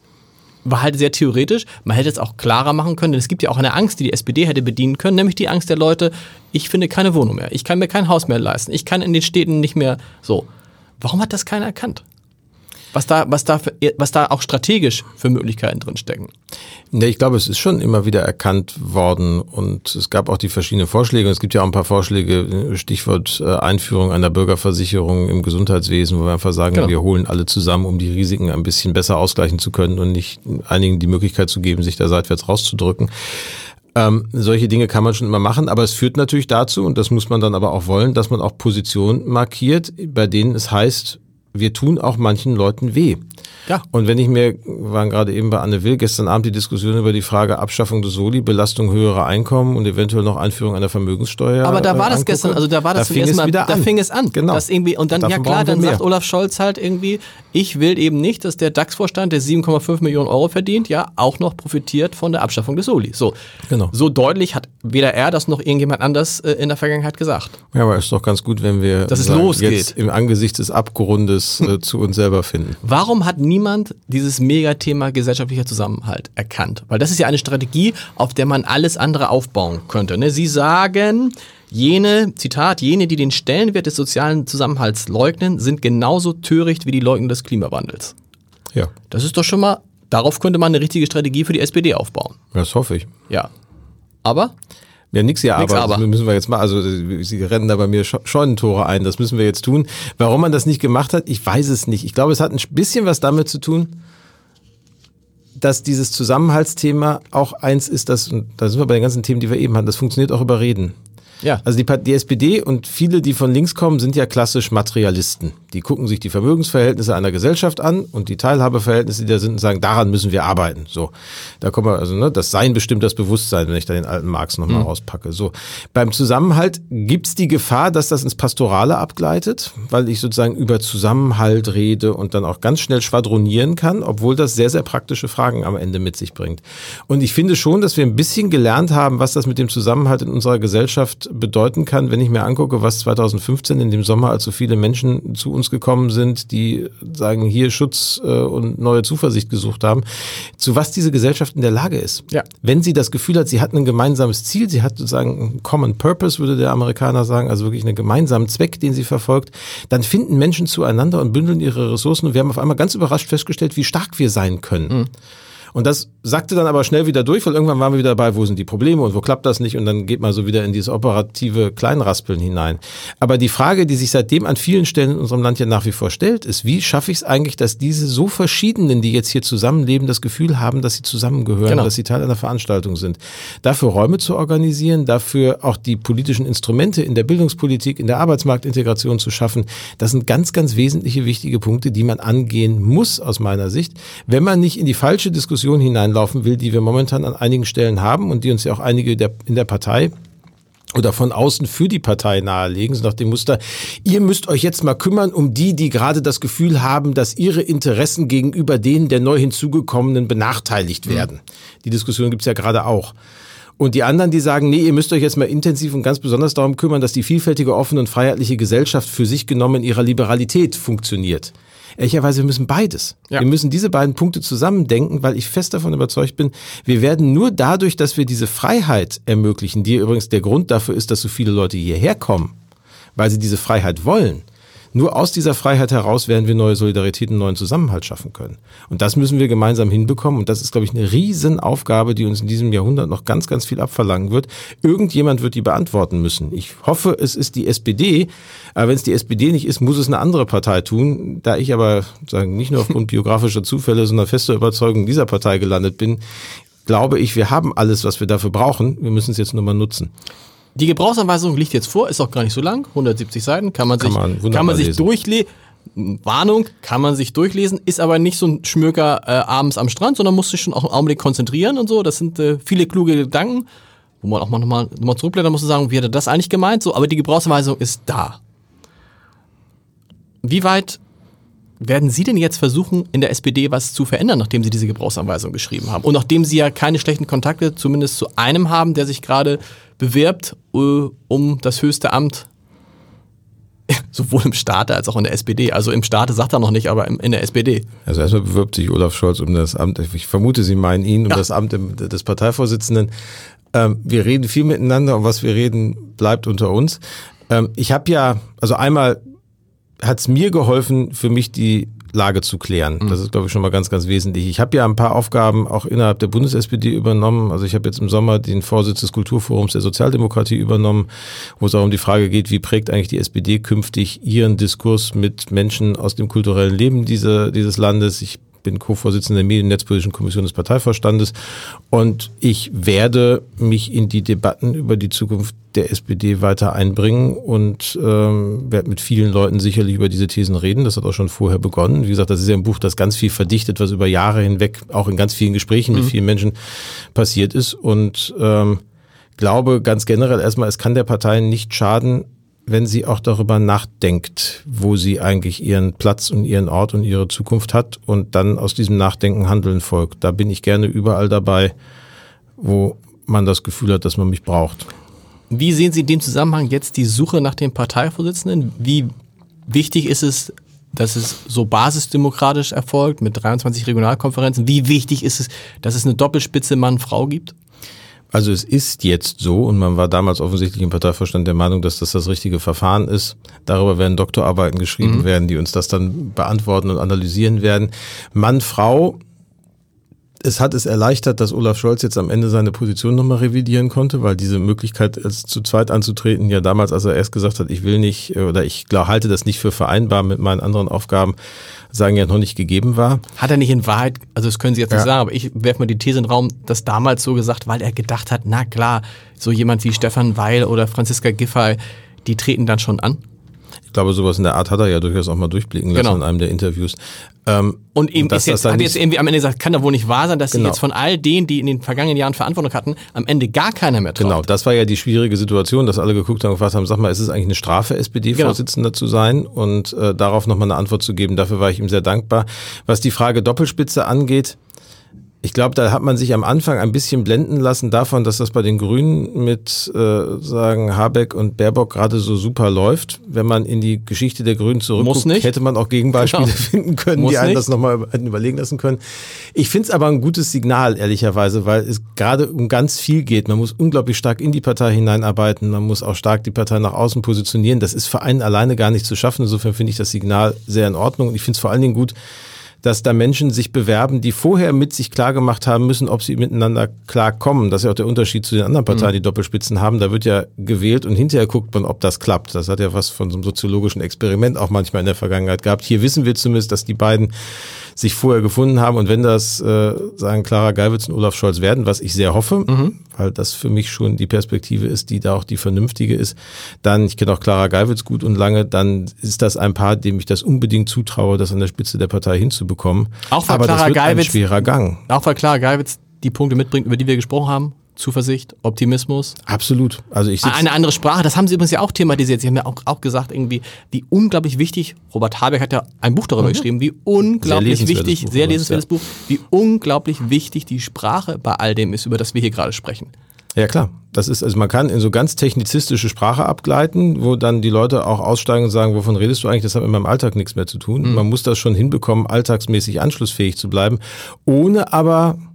S3: war halt sehr theoretisch. Man hätte es auch klarer machen können, denn es gibt ja auch eine Angst, die die S P D hätte bedienen können, nämlich die Angst der Leute, ich finde keine Wohnung mehr, ich kann mir kein Haus mehr leisten, ich kann in den Städten nicht mehr so. Warum hat das keiner erkannt? Was da, was da, für, was da auch strategisch für Möglichkeiten drinstecken.
S4: Ja, ich glaube, es ist schon immer wieder erkannt worden und es gab auch die verschiedenen Vorschläge. Und es gibt ja auch ein paar Vorschläge, Stichwort äh, Einführung einer Bürgerversicherung im Gesundheitswesen, wo wir einfach sagen, genau. wir holen alle zusammen, um die Risiken ein bisschen besser ausgleichen zu können und nicht einigen die Möglichkeit zu geben, sich da seitwärts rauszudrücken. Ähm, solche Dinge kann man schon immer machen, aber es führt natürlich dazu, und das muss man dann aber auch wollen, dass man auch Positionen markiert, bei denen es heißt, wir tun auch manchen Leuten weh.
S3: Ja.
S4: Und wenn ich mir, wir waren gerade eben bei Anne Will, gestern Abend die Diskussion über die Frage Abschaffung des Soli, Belastung höherer Einkommen und eventuell noch Einführung einer Vermögenssteuer.
S3: Aber da war das
S4: angucke,
S3: gestern, also da war das
S4: da
S3: zum ersten Mal, da
S4: an.
S3: fing es an.
S4: Genau.
S3: Das irgendwie, und dann,
S4: Davon
S3: ja klar, dann
S4: mehr.
S3: sagt Olaf Scholz halt irgendwie, ich will eben nicht, dass der DAX-Vorstand, der sieben Komma fünf Millionen Euro verdient, ja, auch noch profitiert von der Abschaffung des Soli. So,
S4: genau.
S3: so deutlich hat weder er das noch irgendjemand anders äh, in der Vergangenheit gesagt.
S4: Ja, aber ist doch ganz gut, wenn wir
S3: dass es
S4: sagen,
S3: losgeht.
S4: Jetzt im Angesicht des Abgrundes äh, zu uns selber finden.
S3: Warum hat niemand dieses Megathema gesellschaftlicher Zusammenhalt erkannt? Weil das ist ja eine Strategie, auf der man alles andere aufbauen könnte. Ne? Sie sagen, jene, Zitat, jene, die den Stellenwert des sozialen Zusammenhalts leugnen, sind genauso töricht wie die Leugner des Klimawandels.
S4: Ja.
S3: Das ist doch schon mal, darauf könnte man eine richtige Strategie für die S P D aufbauen.
S4: Das hoffe ich.
S3: Ja. Aber?
S4: Ja, nix ja,
S3: nix
S4: aber,
S3: aber.
S4: Das müssen wir jetzt mal, also Sie rennen da bei mir Scheunentore ein, das müssen wir jetzt tun. Warum man das nicht gemacht hat, ich weiß es nicht. Ich glaube, es hat ein bisschen was damit zu tun, dass dieses Zusammenhaltsthema auch eins ist, das, und da sind wir bei den ganzen Themen, die wir eben hatten, das funktioniert auch über Reden.
S3: Ja.
S4: Also die, die S P D und viele, die von links kommen, sind ja klassisch Materialisten. Die gucken sich die Vermögensverhältnisse einer Gesellschaft an und die Teilhabeverhältnisse, die da sind, und sagen, daran müssen wir arbeiten. So, da kommen wir, also ne, das Sein bestimmt das Bewusstsein, wenn ich da den alten Marx nochmal mhm. rauspacke. So, beim Zusammenhalt gibt's die Gefahr, dass das ins Pastorale abgleitet, weil ich sozusagen über Zusammenhalt rede und dann auch ganz schnell schwadronieren kann, obwohl das sehr, sehr praktische Fragen am Ende mit sich bringt. Und ich finde schon, dass wir ein bisschen gelernt haben, was das mit dem Zusammenhalt in unserer Gesellschaft bedeuten kann, wenn ich mir angucke, was zweitausendfünfzehn in dem Sommer, als so viele Menschen zu uns gekommen sind, die sagen, hier Schutz äh, und neue Zuversicht gesucht haben, zu was diese Gesellschaft in der Lage ist.
S3: Ja.
S4: Wenn sie das Gefühl hat, sie hat ein gemeinsames Ziel, sie hat sozusagen einen Common Purpose, würde der Amerikaner sagen, also wirklich einen gemeinsamen Zweck, den sie verfolgt, dann finden Menschen zueinander und bündeln ihre Ressourcen und wir haben auf einmal ganz überrascht festgestellt, wie stark wir sein können. Mhm. Und das sagte dann aber schnell wieder durch, weil irgendwann waren wir wieder dabei, wo sind die Probleme und wo klappt das nicht und dann geht man so wieder in dieses operative Kleinraspeln hinein. Aber die Frage, die sich seitdem an vielen Stellen in unserem Land ja nach wie vor stellt, ist, wie schaffe ich es eigentlich, dass diese so verschiedenen, die jetzt hier zusammenleben, das Gefühl haben, dass sie zusammengehören, genau. dass sie Teil einer Veranstaltung sind. Dafür Räume zu organisieren, dafür auch die politischen Instrumente in der Bildungspolitik, in der Arbeitsmarktintegration zu schaffen, das sind ganz, ganz wesentliche, wichtige Punkte, die man angehen muss aus meiner Sicht, wenn man nicht in die falsche Diskussion hineinlaufen will, die wir momentan an einigen Stellen haben und die uns ja auch einige der, in der Partei oder von außen für die Partei nahelegen, so nach dem Muster, ihr müsst euch jetzt mal kümmern um die, die gerade das Gefühl haben, dass ihre Interessen gegenüber denen der neu hinzugekommenen benachteiligt werden. Mhm. Die Diskussion gibt's ja gerade auch. Und die anderen, die sagen, nee, ihr müsst euch jetzt mal intensiv und ganz besonders darum kümmern, dass die vielfältige, offene und freiheitliche Gesellschaft für sich genommen in ihrer Liberalität funktioniert. Ehrlicherweise, wir müssen beides. Ja. Wir müssen diese beiden Punkte zusammendenken, weil ich fest davon überzeugt bin, wir werden nur dadurch, dass wir diese Freiheit ermöglichen, die übrigens der Grund dafür ist, dass so viele Leute hierher kommen, weil sie diese Freiheit wollen. Nur aus dieser Freiheit heraus werden wir neue Solidarität und neuen Zusammenhalt schaffen können. Und das müssen wir gemeinsam hinbekommen. Und das ist, glaube ich, eine Riesenaufgabe, die uns in diesem Jahrhundert noch ganz, ganz viel abverlangen wird. Irgendjemand wird die beantworten müssen. Ich hoffe, es ist die S P D. Aber wenn es die S P D nicht ist, muss es eine andere Partei tun. Da ich aber sagen nicht nur aufgrund biografischer Zufälle, sondern fester Überzeugung dieser Partei gelandet bin, glaube ich, wir haben alles, was wir dafür brauchen. Wir müssen es jetzt nur mal nutzen.
S3: Die Gebrauchsanweisung liegt jetzt vor, ist auch gar nicht so lang, hundertsiebzig Seiten, kann man
S4: Kann
S3: sich,
S4: man
S3: kann man sich
S4: lesen.
S3: durchlesen. Warnung, kann man sich durchlesen, ist aber nicht so ein Schmöker äh, abends am Strand, sondern muss sich schon auch einen Augenblick konzentrieren und so. Das sind äh, viele kluge Gedanken, wo man auch mal nochmal noch mal zurückblättern muss und sagen, wie hat er das eigentlich gemeint? So, aber die Gebrauchsanweisung ist da. Wie weit werden Sie denn jetzt versuchen, in der S P D was zu verändern, nachdem Sie diese Gebrauchsanweisung geschrieben haben? Und nachdem Sie ja keine schlechten Kontakte zumindest zu einem haben, der sich gerade bewirbt, uh, um das höchste Amt, sowohl im Staate als auch in der S P D. Also im Staate sagt er noch nicht, aber im, in der S P D.
S4: Also erstmal bewirbt sich Olaf Scholz um das Amt, ich vermute, Sie meinen ihn, um
S3: Ja.
S4: das Amt des Parteivorsitzenden. Ähm, wir reden viel miteinander und was wir reden, bleibt unter uns. Ähm, ich habe ja, also einmal hat es mir geholfen, für mich die Lage zu klären. Das ist, glaube ich, schon mal ganz, ganz wesentlich. Ich habe ja ein paar Aufgaben auch innerhalb der Bundes-S P D übernommen. Also ich habe jetzt im Sommer den Vorsitz des Kulturforums der Sozialdemokratie übernommen, wo es auch um die Frage geht, wie prägt eigentlich die S P D künftig ihren Diskurs mit Menschen aus dem kulturellen Leben dieser, dieses Landes. Ich bin Co-Vorsitzender der Medien- und Netzpolitischen Kommission des Parteivorstandes und ich werde mich in die Debatten über die Zukunft der S P D weiter einbringen und ähm, werde mit vielen Leuten sicherlich über diese Thesen reden. Das hat auch schon vorher begonnen. Wie gesagt, das ist ja ein Buch, das ganz viel verdichtet, was über Jahre hinweg auch in ganz vielen Gesprächen mit vielen Menschen passiert ist und ähm, glaube ganz generell erstmal, es kann der Partei nicht schaden, wenn sie auch darüber nachdenkt, wo sie eigentlich ihren Platz und ihren Ort und ihre Zukunft hat und dann aus diesem Nachdenken Handeln folgt. Da bin ich gerne überall dabei, wo man das Gefühl hat, dass man mich braucht.
S3: Wie sehen Sie in dem Zusammenhang jetzt die Suche nach dem Parteivorsitzenden? Wie wichtig ist es, dass es so basisdemokratisch erfolgt mit dreiundzwanzig Regionalkonferenzen? Wie wichtig ist es, dass es eine Doppelspitze Mann-Frau gibt?
S4: Also es ist jetzt so, und man war damals offensichtlich im Parteivorstand der Meinung, dass das das richtige Verfahren ist. Darüber werden Doktorarbeiten geschrieben mhm. werden, die uns das dann beantworten und analysieren werden. Mann, Frau, es hat es erleichtert, dass Olaf Scholz jetzt am Ende seine Position nochmal revidieren konnte, weil diese Möglichkeit, als zu zweit anzutreten, ja damals, als er erst gesagt hat, ich will nicht oder ich glaub, halte das nicht für vereinbar mit meinen anderen Aufgaben, sagen ja noch nicht gegeben war.
S3: Hat er nicht in Wahrheit, also das können Sie jetzt nicht
S4: Ja.
S3: sagen, aber ich werfe mal die These in den Raum, das damals so gesagt, weil er gedacht hat, na klar, so jemand wie Stefan Weil oder Franziska Giffey, die treten dann schon an.
S4: Ich glaube, sowas in der Art hat er ja durchaus auch mal durchblicken lassen
S3: Genau.
S4: in einem der Interviews. Ähm,
S3: Und eben
S4: dass
S3: ist jetzt,
S4: das dann
S3: hat
S4: nicht-
S3: jetzt irgendwie am Ende gesagt, kann doch wohl nicht wahr sein, dass
S4: Genau.
S3: sie jetzt von all denen, die in den vergangenen Jahren Verantwortung hatten, am Ende gar keiner mehr traut.
S4: Genau, das war ja die schwierige Situation, dass alle geguckt haben und gefragt haben, sag mal, ist es eigentlich eine Strafe, S P D-Vorsitzender zu sein? Und äh, darauf nochmal eine Antwort zu geben, dafür war ich ihm sehr dankbar. Was die Frage Doppelspitze angeht, ich glaube, da hat man sich am Anfang ein bisschen blenden lassen davon, dass das bei den Grünen mit äh, sagen Habeck und Baerbock gerade so super läuft. Wenn man in die Geschichte der Grünen zurückguckt,
S3: Muss nicht.
S4: hätte man auch Gegenbeispiele
S3: Genau.
S4: finden können,
S3: Muss
S4: die einen
S3: nicht.
S4: das nochmal über- hätten überlegen lassen können. Ich finde es aber ein gutes Signal, ehrlicherweise, weil es gerade um ganz viel geht. Man muss unglaublich stark in die Partei hineinarbeiten, man muss auch stark die Partei nach außen positionieren. Das ist für einen alleine gar nicht zu schaffen. Insofern finde ich das Signal sehr in Ordnung. Und ich finde es vor allen Dingen gut, dass da Menschen sich bewerben, die vorher mit sich klar gemacht haben müssen, ob sie miteinander klarkommen. Das ist ja auch der Unterschied zu den anderen Parteien, die Doppelspitzen haben. Da wird ja gewählt und hinterher guckt man, ob das klappt. Das hat ja was von so einem soziologischen Experiment auch manchmal in der Vergangenheit gehabt. Hier wissen wir zumindest, dass die beiden sich vorher gefunden haben. Und wenn das, äh, sagen Clara Geiwitz und Olaf Scholz werden, was ich sehr hoffe, mhm. weil das für mich schon die Perspektive ist, die da auch die vernünftige ist, dann, ich kenne auch Clara Geiwitz gut und lange, dann ist das ein Paar, dem ich das unbedingt zutraue, das an der Spitze der Partei hinzubekommen.
S3: Auch weil
S4: Aber
S3: Clara
S4: das wird ein
S3: Geiwitz-
S4: schwerer Gang.
S3: Auch weil Clara Geiwitz die Punkte mitbringt, über die wir gesprochen haben. Zuversicht, Optimismus.
S4: Absolut. Also ich sitz,
S3: Eine andere Sprache, das haben Sie übrigens ja auch thematisiert. Sie haben ja auch, auch gesagt, irgendwie, wie unglaublich wichtig, Robert Habeck hat ja ein Buch darüber mhm. geschrieben, wie unglaublich
S4: Sehr lesenswertes
S3: wichtig,
S4: Buch
S3: sehr
S4: übrigens,
S3: lesenswertes Buch, wie unglaublich wichtig die Sprache bei all dem ist, über das wir hier gerade sprechen.
S4: Ja klar, das ist, also man kann in so ganz technizistische Sprache abgleiten, wo dann die Leute auch aussteigen und sagen, wovon redest du eigentlich, das hat mit meinem Alltag nichts mehr zu tun. Mhm. Man muss das schon hinbekommen, alltagsmäßig anschlussfähig zu bleiben, ohne aber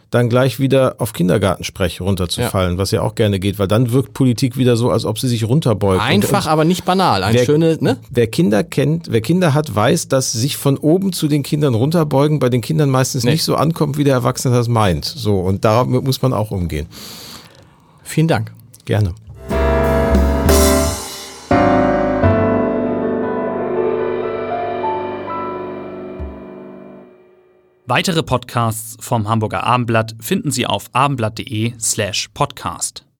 S4: dann gleich wieder auf Kindergartensprech runterzufallen, ja. was ja auch gerne geht, weil dann wirkt Politik wieder so, als ob sie sich runterbeugt.
S3: Einfach, und, aber nicht banal. Ein
S4: wer,
S3: schöne, ne?
S4: Wer Kinder kennt, wer Kinder hat, weiß, dass sich von oben zu den Kindern runterbeugen bei den Kindern meistens nee. nicht so ankommt, wie der Erwachsene das meint. So, und damit muss man auch umgehen.
S3: Vielen Dank.
S4: Gerne.
S2: Weitere Podcasts vom Hamburger Abendblatt finden Sie auf abendblatt.de slash podcast.